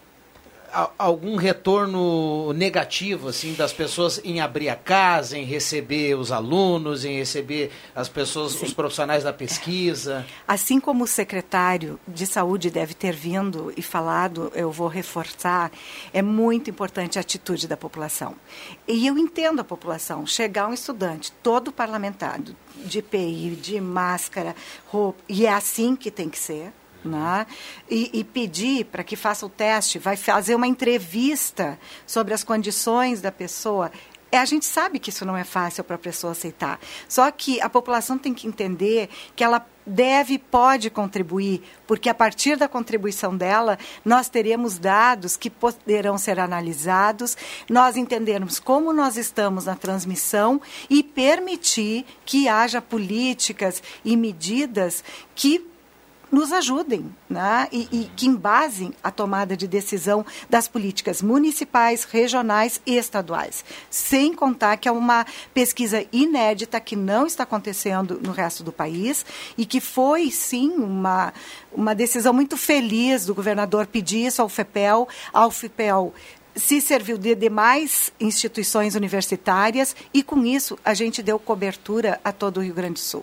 S2: a, algum retorno negativo assim, das pessoas em abrir a casa, em receber os alunos, em receber as pessoas, Sim. os profissionais da pesquisa?
S16: Assim como o secretário de saúde deve ter vindo e falado, eu vou reforçar, é muito importante a atitude da população. E eu entendo a população. Chegar um estudante, todo parlamentado, de E P I, de máscara, roupa, e é assim que tem que ser, né? e, e pedir para que faça o teste, vai fazer uma entrevista sobre as condições da pessoa. É, a gente sabe que isso não é fácil para a pessoa aceitar. Só que a população tem que entender que ela deve e pode contribuir, porque a partir da contribuição dela, nós teremos dados que poderão ser analisados, nós entendermos como nós estamos na transmissão e permitir que haja políticas e medidas que nos ajudem, né? e, e que embasem a tomada de decisão das políticas municipais, regionais e estaduais. Sem contar que é uma pesquisa inédita que não está acontecendo no resto do país e que foi, sim, uma, uma decisão muito feliz do governador pedir isso ao FEPEL, ao FIPEL se serviu de demais instituições universitárias e, com isso, a gente deu cobertura a todo o Rio Grande do Sul.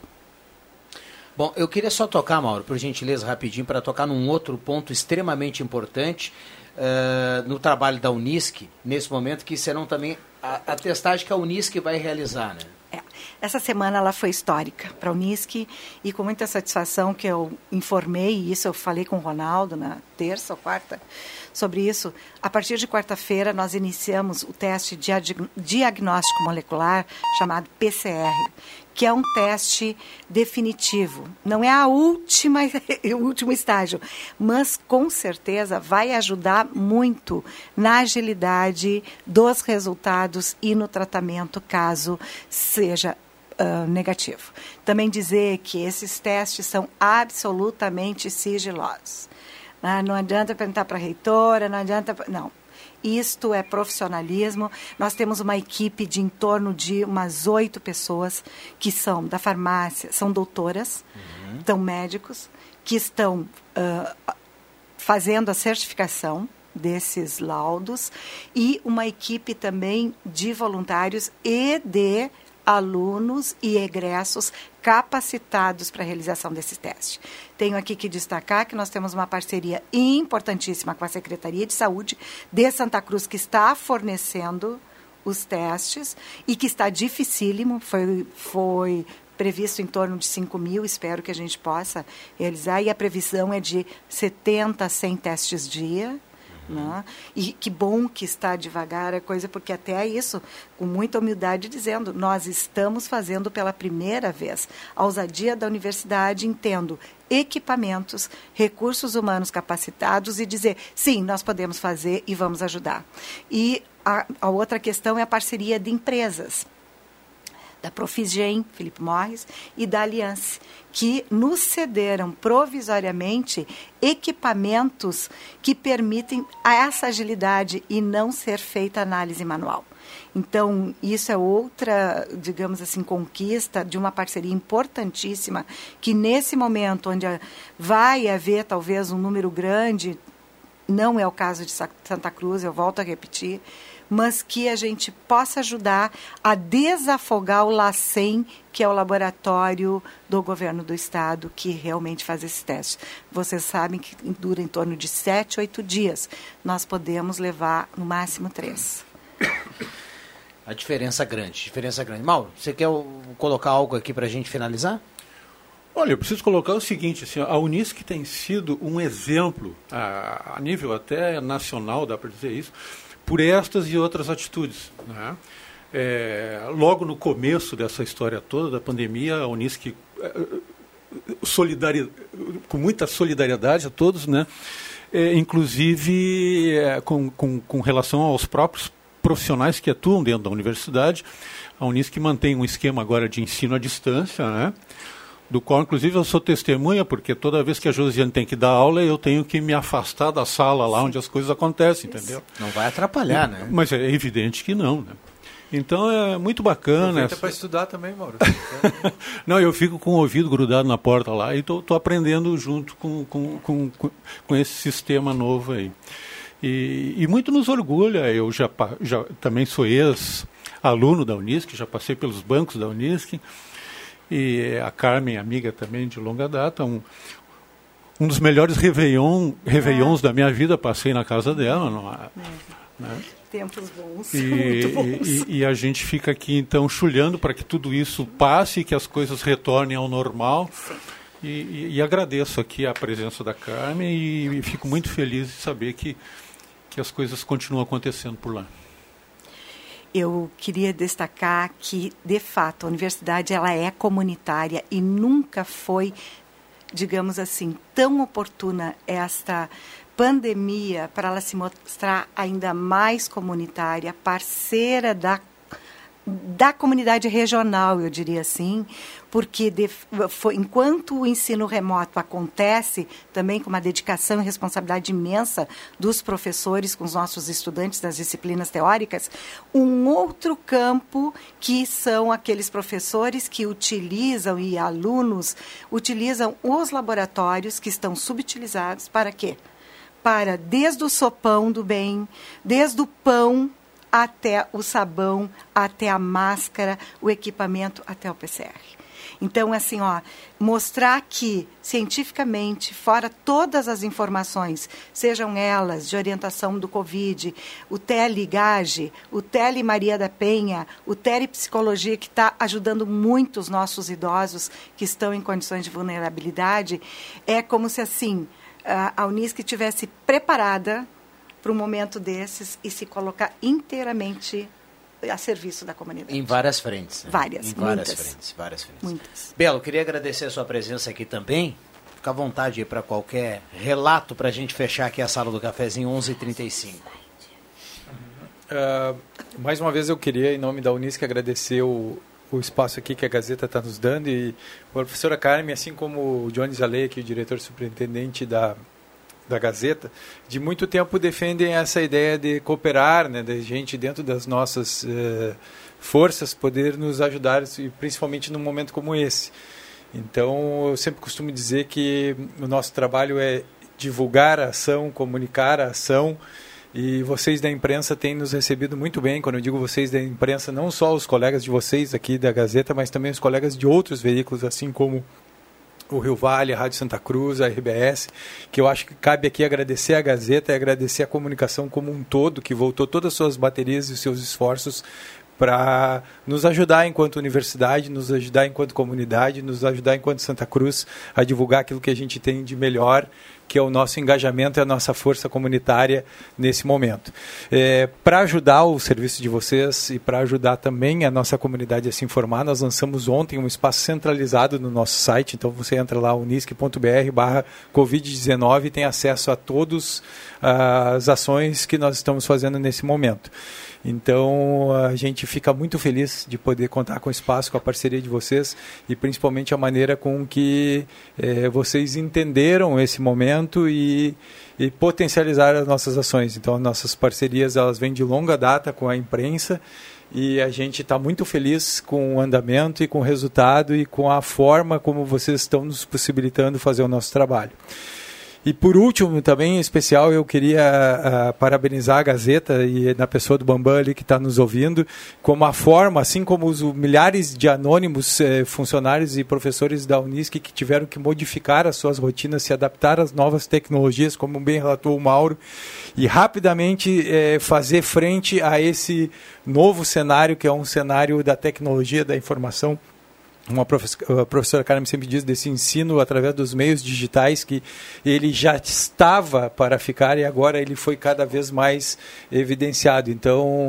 S2: Bom, eu queria só tocar, Mauro, por gentileza, rapidinho, para tocar num outro ponto extremamente importante uh, no trabalho da Unisc, nesse momento, que serão também a, a testagem que a Unisc vai realizar, né?
S16: É. Essa semana ela foi histórica para a Unisc e com muita satisfação que eu informei, e isso eu falei com o Ronaldo na terça ou quarta, sobre isso. A partir de quarta-feira nós iniciamos o teste de diagnóstico molecular chamado P C R, que é um teste definitivo. Não é a última, o último estágio, mas com certeza vai ajudar muito na agilidade dos resultados e no tratamento, caso seja uh, negativo. Também dizer que esses testes são absolutamente sigilosos. Ah, não adianta perguntar para a reitora, não adianta... Não. Isto é profissionalismo. Nós temos uma equipe de em torno de umas oito pessoas que são da farmácia, são doutoras, uhum. são médicos, que estão uh, fazendo a certificação desses laudos e uma equipe também de voluntários e de alunos e egressos capacitados para a realização desse teste. Tenho aqui que destacar que nós temos uma parceria importantíssima com a Secretaria de Saúde de Santa Cruz, que está fornecendo os testes e que está dificílimo, foi, foi previsto em torno de cinco mil, espero que a gente possa realizar, e a previsão é de setenta a cem testes dia. Né? E que bom que está devagar a coisa, porque até isso, com muita humildade, dizendo, nós estamos fazendo pela primeira vez. A ousadia da universidade, entendo equipamentos, recursos humanos capacitados e dizer, sim, nós podemos fazer e vamos ajudar. E a, a outra questão é a parceria de empresas, da Profisgem, Felipe Morris, e da Aliança, que nos cederam provisoriamente equipamentos que permitem essa agilidade e não ser feita análise manual. Então, isso é outra, digamos assim, conquista de uma parceria importantíssima, que nesse momento onde vai haver talvez um número grande, não é o caso de Santa Cruz, eu volto a repetir, mas que a gente possa ajudar a desafogar o LACEN, que é o laboratório do governo do estado, que realmente faz esses testes. Vocês sabem que dura em torno de sete, oito dias. Nós podemos levar no máximo três.
S2: A diferença é grande, diferença grande. Mauro, você quer colocar algo aqui para a gente finalizar?
S17: Olha, eu preciso colocar o seguinte, assim, a Unisc tem sido um exemplo, a, a nível até nacional, dá para dizer isso, por estas e outras atitudes, né? É, logo no começo dessa história toda, da pandemia, a Unisc, solidari- com muita solidariedade a todos, né? É, inclusive é, com, com, com relação aos próprios profissionais que atuam dentro da universidade, a Unisc mantém um esquema agora de ensino à distância, né? Do qual, inclusive, eu sou testemunha, porque toda vez que a Josiane tem que dar aula, eu tenho que me afastar da sala lá onde as coisas acontecem, entendeu?
S2: Não vai atrapalhar, né?
S17: Mas é evidente que não, né? Então é muito bacana.
S19: Aproveita para estudar também, Mauro.
S17: Não, eu fico com o ouvido grudado na porta lá e estou aprendendo junto com, com, com, com esse sistema novo aí. E, e muito nos orgulha, eu já, já também sou ex-aluno da Unisc, já passei pelos bancos da Unisc, e a Carmen, amiga também de longa data, um, um dos melhores réveillon, réveillons da minha vida, passei na casa dela, não é? Né?
S16: Tempos bons,
S17: e,
S16: muito bons.
S17: E, e, e a gente fica aqui, então, chulhando para que tudo isso passe e que as coisas retornem ao normal. E, e, e agradeço aqui a presença da Carmen e, e fico muito feliz de saber que, que as coisas continuam acontecendo por lá.
S16: Eu queria destacar que, de fato, a universidade ela é comunitária e nunca foi, digamos assim, tão oportuna esta pandemia para ela se mostrar ainda mais comunitária, parceira da, da comunidade regional, eu diria assim, porque de, foi, enquanto o ensino remoto acontece, também com uma dedicação e responsabilidade imensa dos professores com os nossos estudantes das disciplinas teóricas, um outro campo que são aqueles professores que utilizam e alunos utilizam os laboratórios que estão subutilizados para quê? Para, desde o sopão do bem, desde o pão até o sabão, até a máscara, o equipamento, até o P C R. Então, assim, ó, mostrar que, cientificamente, fora todas as informações, sejam elas de orientação do Covid, o Telegage, o Tele Maria da Penha, o Telepsicologia, que está ajudando muito os nossos idosos que estão em condições de vulnerabilidade, é como se, assim, a Unisc estivesse preparada para um momento desses e se colocar inteiramente a serviço da comunidade.
S2: Em várias frentes. Né?
S16: Várias,
S2: em várias
S16: muitas.
S2: frentes, várias frentes.
S16: Muitas.
S2: Belo, queria agradecer a sua presença aqui também. Fica à vontade aí para qualquer relato para a gente fechar aqui a sala do cafezinho onze e trinta e cinco.
S19: Uh, mais uma vez eu queria, em nome da Unisc, agradecer o, o espaço aqui que a Gazeta está nos dando e a professora Carmen, assim como o Johnny Zalei, aqui, o diretor superintendente da da Gazeta, de muito tempo defendem essa ideia de cooperar, né, de gente dentro das nossas eh, forças poder nos ajudar, e principalmente num momento como esse. Então, eu sempre costumo dizer que o nosso trabalho é divulgar a ação, comunicar a ação, e vocês da imprensa têm nos recebido muito bem. Quando eu digo vocês da imprensa, não só os colegas de vocês aqui da Gazeta, mas também os colegas de outros veículos, assim como o Rio Vale, a Rádio Santa Cruz, a R B S, que eu acho que cabe aqui agradecer a Gazeta e agradecer a comunicação como um todo, que voltou todas as suas baterias e os seus esforços para nos ajudar enquanto universidade, nos ajudar enquanto comunidade, nos ajudar enquanto Santa Cruz a divulgar aquilo que a gente tem de melhor, que é o nosso engajamento e a nossa força comunitária nesse momento. É, para ajudar o serviço de vocês e para ajudar também a nossa comunidade a se informar, nós lançamos ontem um espaço centralizado no nosso site, então você entra lá, unisc.br barra covid dezenove e tem acesso a todas as ações que nós estamos fazendo nesse momento. Então, a gente fica muito feliz de poder contar com o espaço, com a parceria de vocês e principalmente a maneira com que eh, vocês entenderam esse momento e, e potencializaram as nossas ações. Então, as nossas parcerias elas vêm de longa data com a imprensa e a gente está muito feliz com o andamento e com o resultado e com a forma como vocês estão nos possibilitando fazer o nosso trabalho. E por último, também em especial, eu queria uh, parabenizar a Gazeta e na pessoa do Bambam ali que está nos ouvindo, como a forma, assim como os milhares de anônimos eh, funcionários e professores da Unisc que tiveram que modificar as suas rotinas, se adaptar às novas tecnologias, como bem relatou o Mauro, e rapidamente eh, fazer frente a esse novo cenário, que é um cenário da tecnologia, da informação. Uma professora, a professora Carmen sempre diz desse ensino através dos meios digitais que ele já estava para ficar e agora ele foi cada vez mais evidenciado. Então,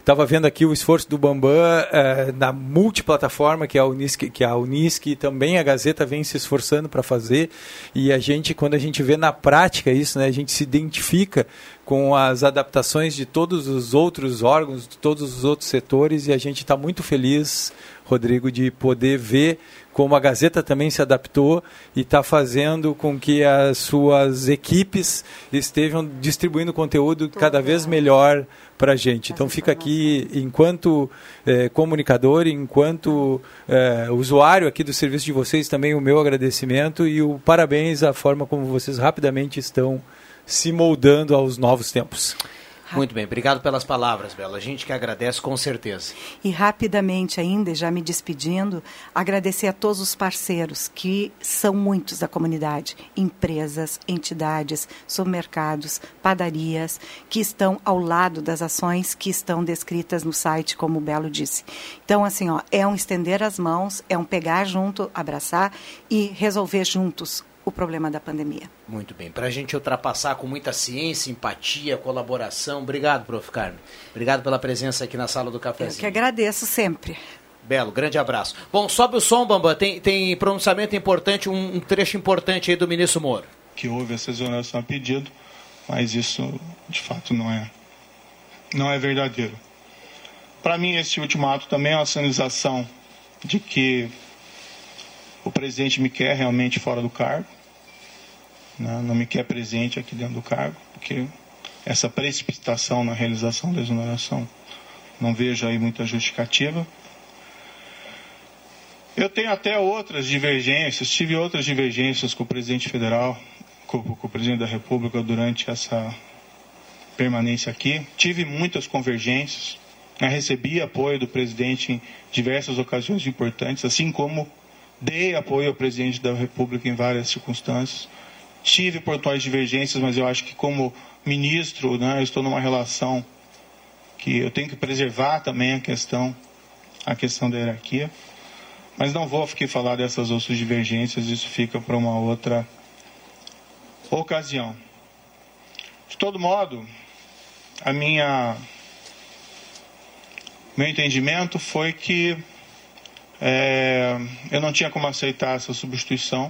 S19: Estava vendo aqui o esforço do Bambam uh, na multiplataforma que a Unisc, que a Unisc e também a Gazeta vem se esforçando para fazer, e a gente, quando a gente vê na prática isso, né, a gente se identifica com as adaptações de todos os outros órgãos, de todos os outros setores, e a gente está muito feliz, Rodrigo, de poder ver como a Gazeta também se adaptou e está fazendo com que as suas equipes estejam distribuindo conteúdo cada vez melhor para a gente. Então fica aqui, enquanto eh, comunicador, enquanto eh, usuário aqui do serviço de vocês, também o meu agradecimento e o parabéns à forma como vocês rapidamente estão se moldando aos novos tempos.
S2: Muito bem, obrigado pelas palavras, Bela. A gente que agradece com certeza.
S16: E rapidamente ainda, já me despedindo, agradecer a todos os parceiros, que são muitos da comunidade, empresas, entidades, supermercados, padarias, que estão ao lado das ações que estão descritas no site, como o Belo disse. Então, assim, ó, é um estender as mãos, é um pegar junto, abraçar e resolver juntos o problema da pandemia.
S2: Muito bem. Para a gente ultrapassar com muita ciência, empatia, colaboração. Obrigado, prof Carmen. Obrigado pela presença aqui na sala do cafezinho.
S16: Eu que agradeço sempre.
S2: Belo, grande abraço. Bom, sobe o som, Bambam. Tem, tem pronunciamento importante, um, um trecho importante aí do ministro Moro.
S18: Que houve essa exoneração a pedido, mas isso, de fato, não é, não é verdadeiro. Para mim, esse último ato também é uma sinalização de que o presidente me quer realmente fora do cargo, né? Não me quer presente aqui dentro do cargo, porque essa precipitação na realização da exoneração, não vejo aí muita justificativa. Eu tenho até outras divergências, tive outras divergências com o presidente federal, com, com o presidente da República durante essa permanência aqui. Tive muitas convergências, né? Recebi apoio do presidente em diversas ocasiões importantes, assim como dei apoio ao presidente da República em várias circunstâncias. Tive pontuais divergências, mas eu acho que como ministro, né, eu estou numa relação que eu tenho que preservar também a questão, a questão da hierarquia. Mas não vou aqui falar dessas outras divergências, isso fica para uma outra ocasião. De todo modo, a minha, meu entendimento foi que É, eu não tinha como aceitar essa substituição.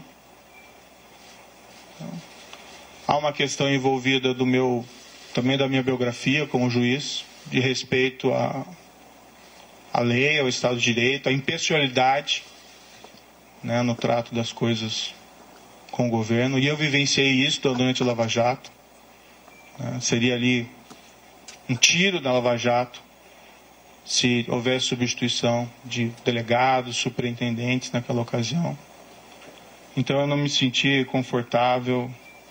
S18: Há uma questão envolvida do meu, também da minha biografia como juiz, de respeito à, à lei, ao Estado de Direito, à impessoalidade, né, no trato das coisas com o governo. E eu vivenciei isso durante a Lava Jato. Né, seria ali um tiro da Lava Jato se houvesse substituição de delegados, superintendentes naquela ocasião. Então eu não me senti confortável.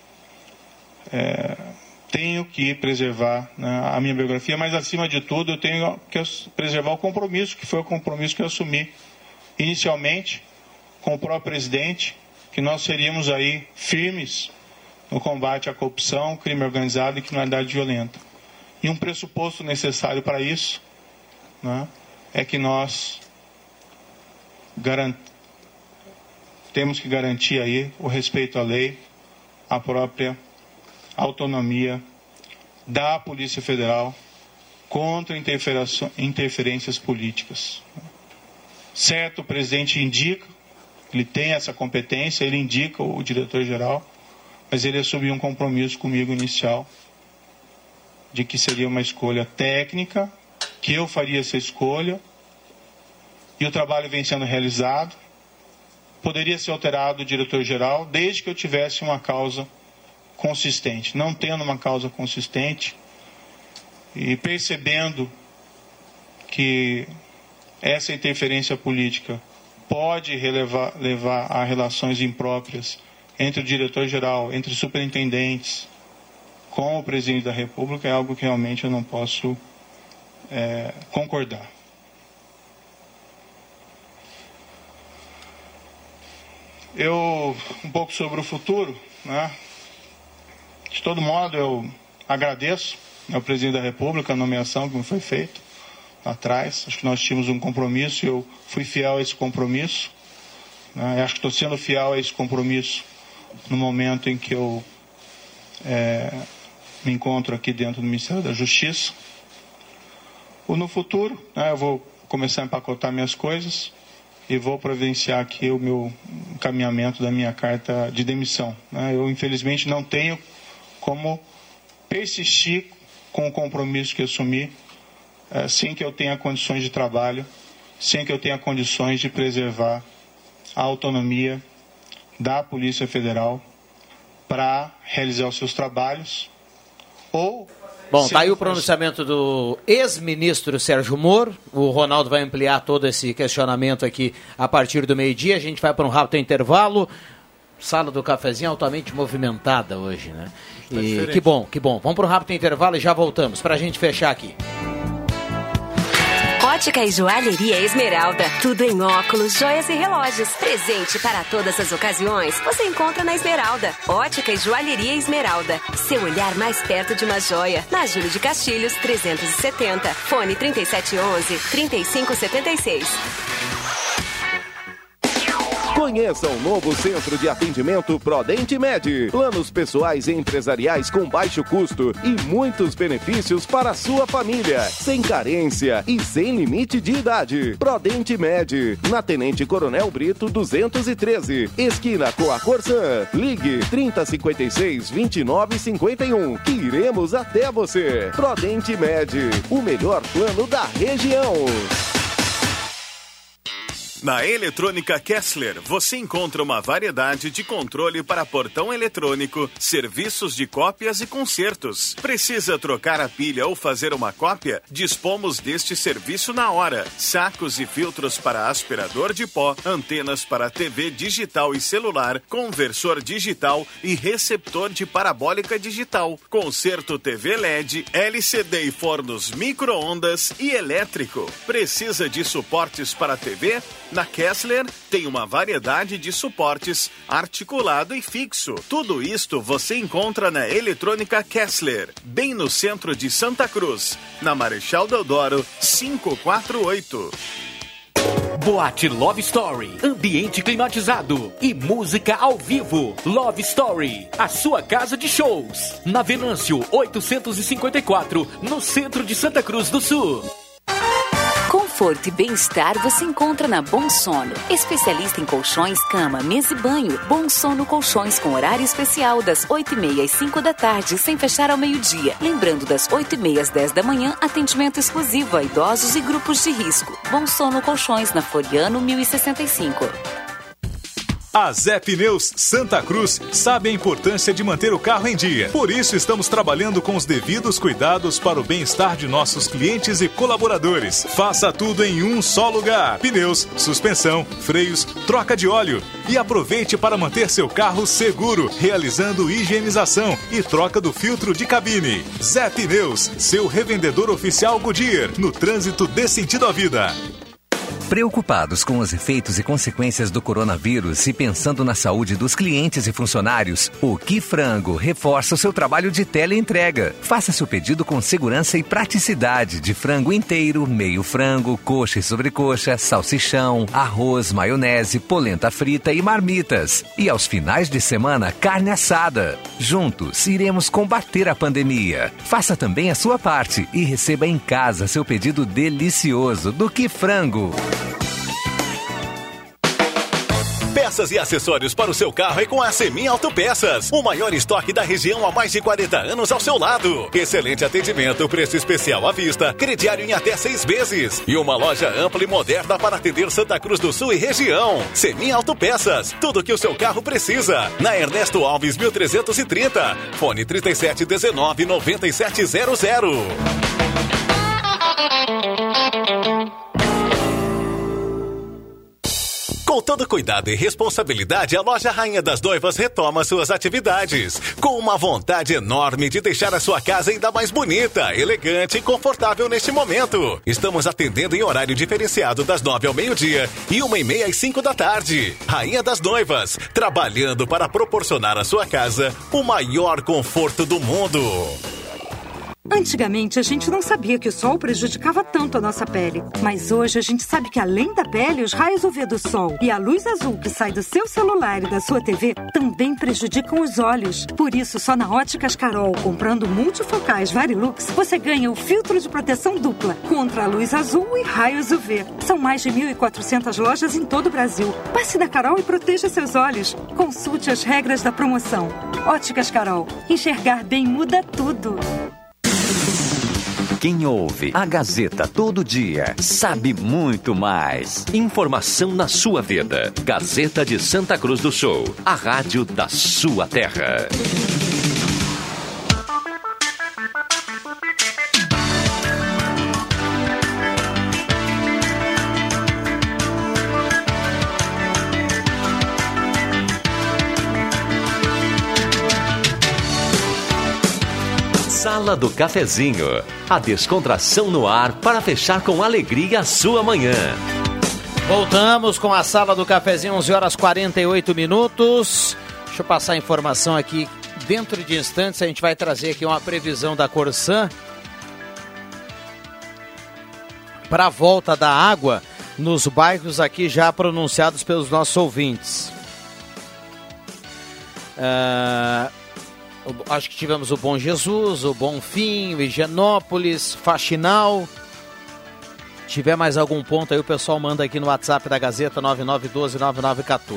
S18: É, tenho que preservar, né, a minha biografia, mas acima de tudo eu tenho que preservar o compromisso, que foi o compromisso que eu assumi inicialmente com o próprio presidente, que nós seríamos aí firmes no combate à corrupção, crime organizado e criminalidade violenta. E um pressuposto necessário para isso, né, é que nós garant... temos que garantir aí o respeito à lei, a própria autonomia da Polícia Federal contra interferências políticas. Certo, o presidente indica, ele tem essa competência, ele indica o diretor-geral, mas ele assumiu um compromisso comigo inicial de que seria uma escolha técnica, que eu faria essa escolha, e o trabalho vem sendo realizado. Poderia ser alterado o diretor-geral, desde que eu tivesse uma causa consistente. Não tendo uma causa consistente, e percebendo que essa interferência política pode relevar, levar a relações impróprias entre o diretor-geral, entre superintendentes, com o presidente da República, é algo que realmente eu não posso É, concordar. Eu, um pouco sobre o futuro, né? De todo modo, eu agradeço ao presidente da República a nomeação que me foi feita lá atrás. Acho que nós tínhamos um compromisso e eu fui fiel a esse compromisso, né? Acho que estou sendo fiel a esse compromisso no momento em que eu é, me encontro aqui dentro do Ministério da Justiça. no futuro, né, eu vou começar a empacotar minhas coisas e vou providenciar aqui o meu encaminhamento da minha carta de demissão. Né? Eu, infelizmente, não tenho como persistir com o compromisso que assumi, é, sem que eu tenha condições de trabalho, sem que eu tenha condições de preservar a autonomia da Polícia Federal para realizar os seus trabalhos. Ou...
S2: Bom, tá aí o pronunciamento do ex-ministro Sérgio Moro. O Ronaldo vai ampliar todo esse questionamento aqui a partir do meio-dia. A gente vai para um rápido intervalo. Sala do cafezinho altamente movimentada hoje, né? Tá e diferente. Que bom, que bom. Vamos para um rápido intervalo e já voltamos para a gente fechar aqui.
S20: Ótica e Joalheria Esmeralda. Tudo em óculos, joias e relógios. Presente para todas as ocasiões. Você encontra na Esmeralda. Ótica e Joalheria Esmeralda. Seu olhar mais perto de uma joia. Na Júlio de Castilhos, trezentos e setenta. Fone trinta e sete onze, trinta e cinco setenta e seis.
S21: Conheça o novo centro de atendimento Prodente Med. Planos pessoais e empresariais com baixo custo e muitos benefícios para a sua família. Sem carência e sem limite de idade. Prodente Med. Na Tenente Coronel Brito duzentos e treze. Esquina com a Corsã. Ligue trinta, cinquenta e seis, vinte e nove, cinquenta e um. Que iremos até você. Prodente Med. O melhor plano da região.
S22: Na Eletrônica Kessler, você encontra uma variedade de controle para portão eletrônico, serviços de cópias e consertos. Precisa trocar a pilha ou fazer uma cópia? Dispomos deste serviço na hora. Sacos e filtros para aspirador de pó, antenas para T V digital e celular, conversor digital e receptor de parabólica digital. Conserto T V L E D, L C D e fornos micro-ondas e elétrico. Precisa de suportes para T V? Na Kessler tem uma variedade de suportes articulado e fixo. Tudo isto você encontra na Eletrônica Kessler, bem no centro de Santa Cruz, na Marechal Deodoro quinhentos e quarenta e oito.
S23: Boate Love Story, ambiente climatizado e música ao vivo. Love Story, a sua casa de shows. Na Venâncio oitocentos e cinquenta e quatro, no centro de Santa Cruz do Sul.
S14: Conforto e bem-estar você encontra na Bom Sono. Especialista em colchões, cama, mesa e banho. Bom Sono Colchões com horário especial das oito e meia às cinco da tarde, sem fechar ao meio-dia. Lembrando, das oito e meia às dez da manhã, atendimento exclusivo a idosos e grupos de risco. Bom Sono Colchões, na Floriano mil e sessenta e cinco.
S11: A Zé Pneus Santa Cruz sabe a importância de manter o carro em dia. Por isso, estamos trabalhando com os devidos cuidados para o bem-estar de nossos clientes e colaboradores. Faça tudo em um só lugar: pneus, suspensão, freios, troca de óleo. E aproveite para manter seu carro seguro, realizando higienização e troca do filtro de cabine. Zé Pneus, seu revendedor oficial Goodyear, no trânsito dê sentido à vida.
S8: Preocupados com os efeitos e consequências do coronavírus e pensando na saúde dos clientes e funcionários, o Que Frango reforça o seu trabalho de teleentrega. Faça seu pedido com segurança e praticidade de frango inteiro, meio frango, coxa e sobrecoxa, salsichão, arroz, maionese, polenta frita e marmitas. E aos finais de semana, carne assada. Juntos, iremos combater a pandemia. Faça também a sua parte e receba em casa seu pedido delicioso do Que Frango.
S13: Peças e acessórios para o seu carro é com a Semi Autopeças. O maior estoque da região há mais de quarenta anos ao seu lado. Excelente atendimento, preço especial à vista, crediário em até seis vezes. E uma loja ampla e moderna para atender Santa Cruz do Sul e região. Semi Autopeças, tudo que o seu carro precisa. Na Ernesto Alves mil trezentos e trinta. Fone trinta e sete, dezenove, noventa e sete zero zero. Com todo cuidado e responsabilidade, a loja Rainha das Noivas retoma suas atividades, com uma vontade enorme de deixar a sua casa ainda mais bonita, elegante e confortável neste momento. Estamos atendendo em horário diferenciado das nove ao meio-dia e uma e meia às cinco da tarde. Rainha das Noivas, trabalhando para proporcionar à sua casa o maior conforto do mundo.
S4: Antigamente, a gente não sabia que o sol prejudicava tanto a nossa pele. Mas hoje, a gente sabe que além da pele, os raios U V do sol e a luz azul que sai do seu celular e da sua T V também prejudicam os olhos. Por isso, só na Óticas Carol, comprando multifocais Varilux, você ganha o filtro de proteção dupla contra a luz azul e raios U V. São mais de mil e quatrocentas lojas em todo o Brasil. Passe na Carol e proteja seus olhos. Consulte as regras da promoção. Óticas Carol. Enxergar bem muda tudo.
S8: Quem ouve a Gazeta todo dia sabe muito mais.
S3: Informação na sua vida. Gazeta de Santa Cruz do Sul. A rádio da sua terra. Sala do Cafezinho, a descontração no ar para fechar com alegria a sua manhã.
S2: Voltamos com a Sala do Cafezinho, onze horas e quarenta e oito minutos. Deixa eu passar a informação aqui. Dentro de instantes a gente vai trazer aqui uma previsão da Corsan para a volta da água nos bairros aqui já pronunciados pelos nossos ouvintes. Uh... Acho que tivemos o Bom Jesus, o Bonfim, o Higienópolis, Faxinal. Se tiver mais algum ponto aí, o pessoal manda aqui no WhatsApp da Gazeta nove nove um dois nove nove um quatro.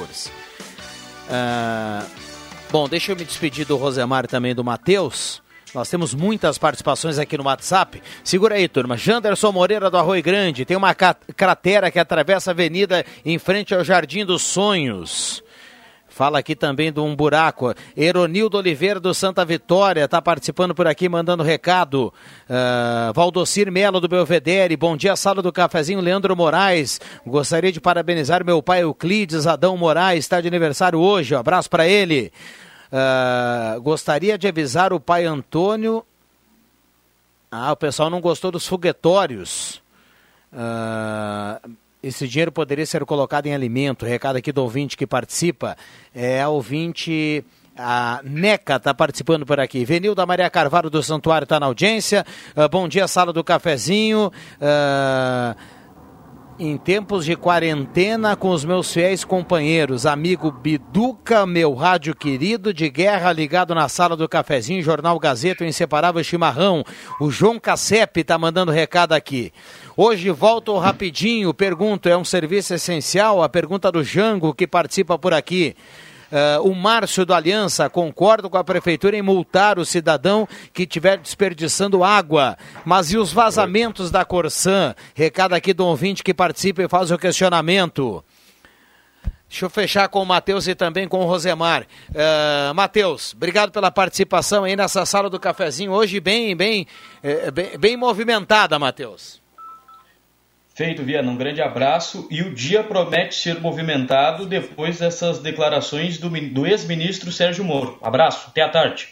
S2: Uh, bom, deixa eu me despedir do Rosemar e também do Matheus. Nós temos muitas participações aqui no WhatsApp. Segura aí, turma. Janderson Moreira do Arroio Grande. Tem uma cratera que atravessa a avenida em frente ao Jardim dos Sonhos. Fala aqui também de um buraco. Eronildo Oliveira do Santa Vitória está participando por aqui, mandando recado. Uh, Valdocir Melo do Belvedere. Bom dia, Sala do Cafezinho. Leandro Moraes. Gostaria de parabenizar meu pai Euclides Adão Moraes. Está de aniversário hoje. Um abraço para ele. Uh, gostaria de avisar o pai Antônio. Ah, o pessoal não gostou dos foguetórios. Uh, esse dinheiro poderia ser colocado em alimento. Recado aqui do ouvinte que participa. É a ouvinte... A Neca está participando por aqui. Venilda Maria Carvalho do Santuário está na audiência. Uh, bom dia, Sala do Cafezinho. Uh, em tempos de quarentena com os meus fiéis companheiros, amigo Biduca, meu rádio querido, de guerra ligado na Sala do Cafezinho, Jornal Gazeta, o inseparável chimarrão. O João Cassep está mandando recado aqui. Hoje volto rapidinho, pergunto, é um serviço essencial? A pergunta do Jango que participa por aqui. Uh, o Márcio do Aliança, concordo com a prefeitura em multar o cidadão que estiver desperdiçando água, mas e os vazamentos da Corsan? Recado aqui do ouvinte que participa e faz o questionamento. Deixa eu fechar com o Matheus e também com o Rosemar. Uh, Matheus, obrigado pela participação aí nessa Sala do Cafezinho, hoje bem, bem, eh, bem, bem movimentada, Matheus.
S5: Feito, Viana, um grande abraço. E o dia promete ser movimentado depois dessas declarações do, do ex-ministro Sérgio Moro. Abraço, até à tarde.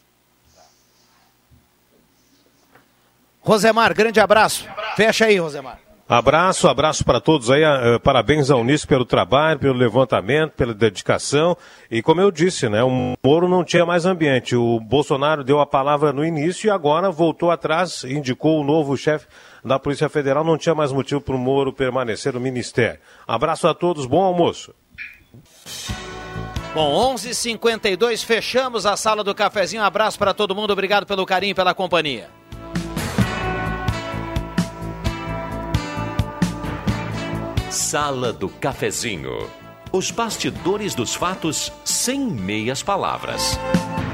S2: Rosemar, grande abraço. Fecha aí, Rosemar.
S6: Abraço, abraço para todos aí, uh, parabéns ao Unício pelo trabalho, pelo levantamento, pela dedicação, e como eu disse, né, o Moro não tinha mais ambiente, o Bolsonaro deu a palavra no início e agora voltou atrás, indicou o novo chefe da Polícia Federal, não tinha mais motivo para o Moro permanecer no Ministério. Abraço a todos, bom almoço.
S2: Bom, onze e cinquenta e dois, fechamos a Sala do Cafezinho, um abraço para todo mundo, obrigado pelo carinho e pela companhia.
S3: Sala do Cafezinho. Os bastidores dos fatos sem meias palavras.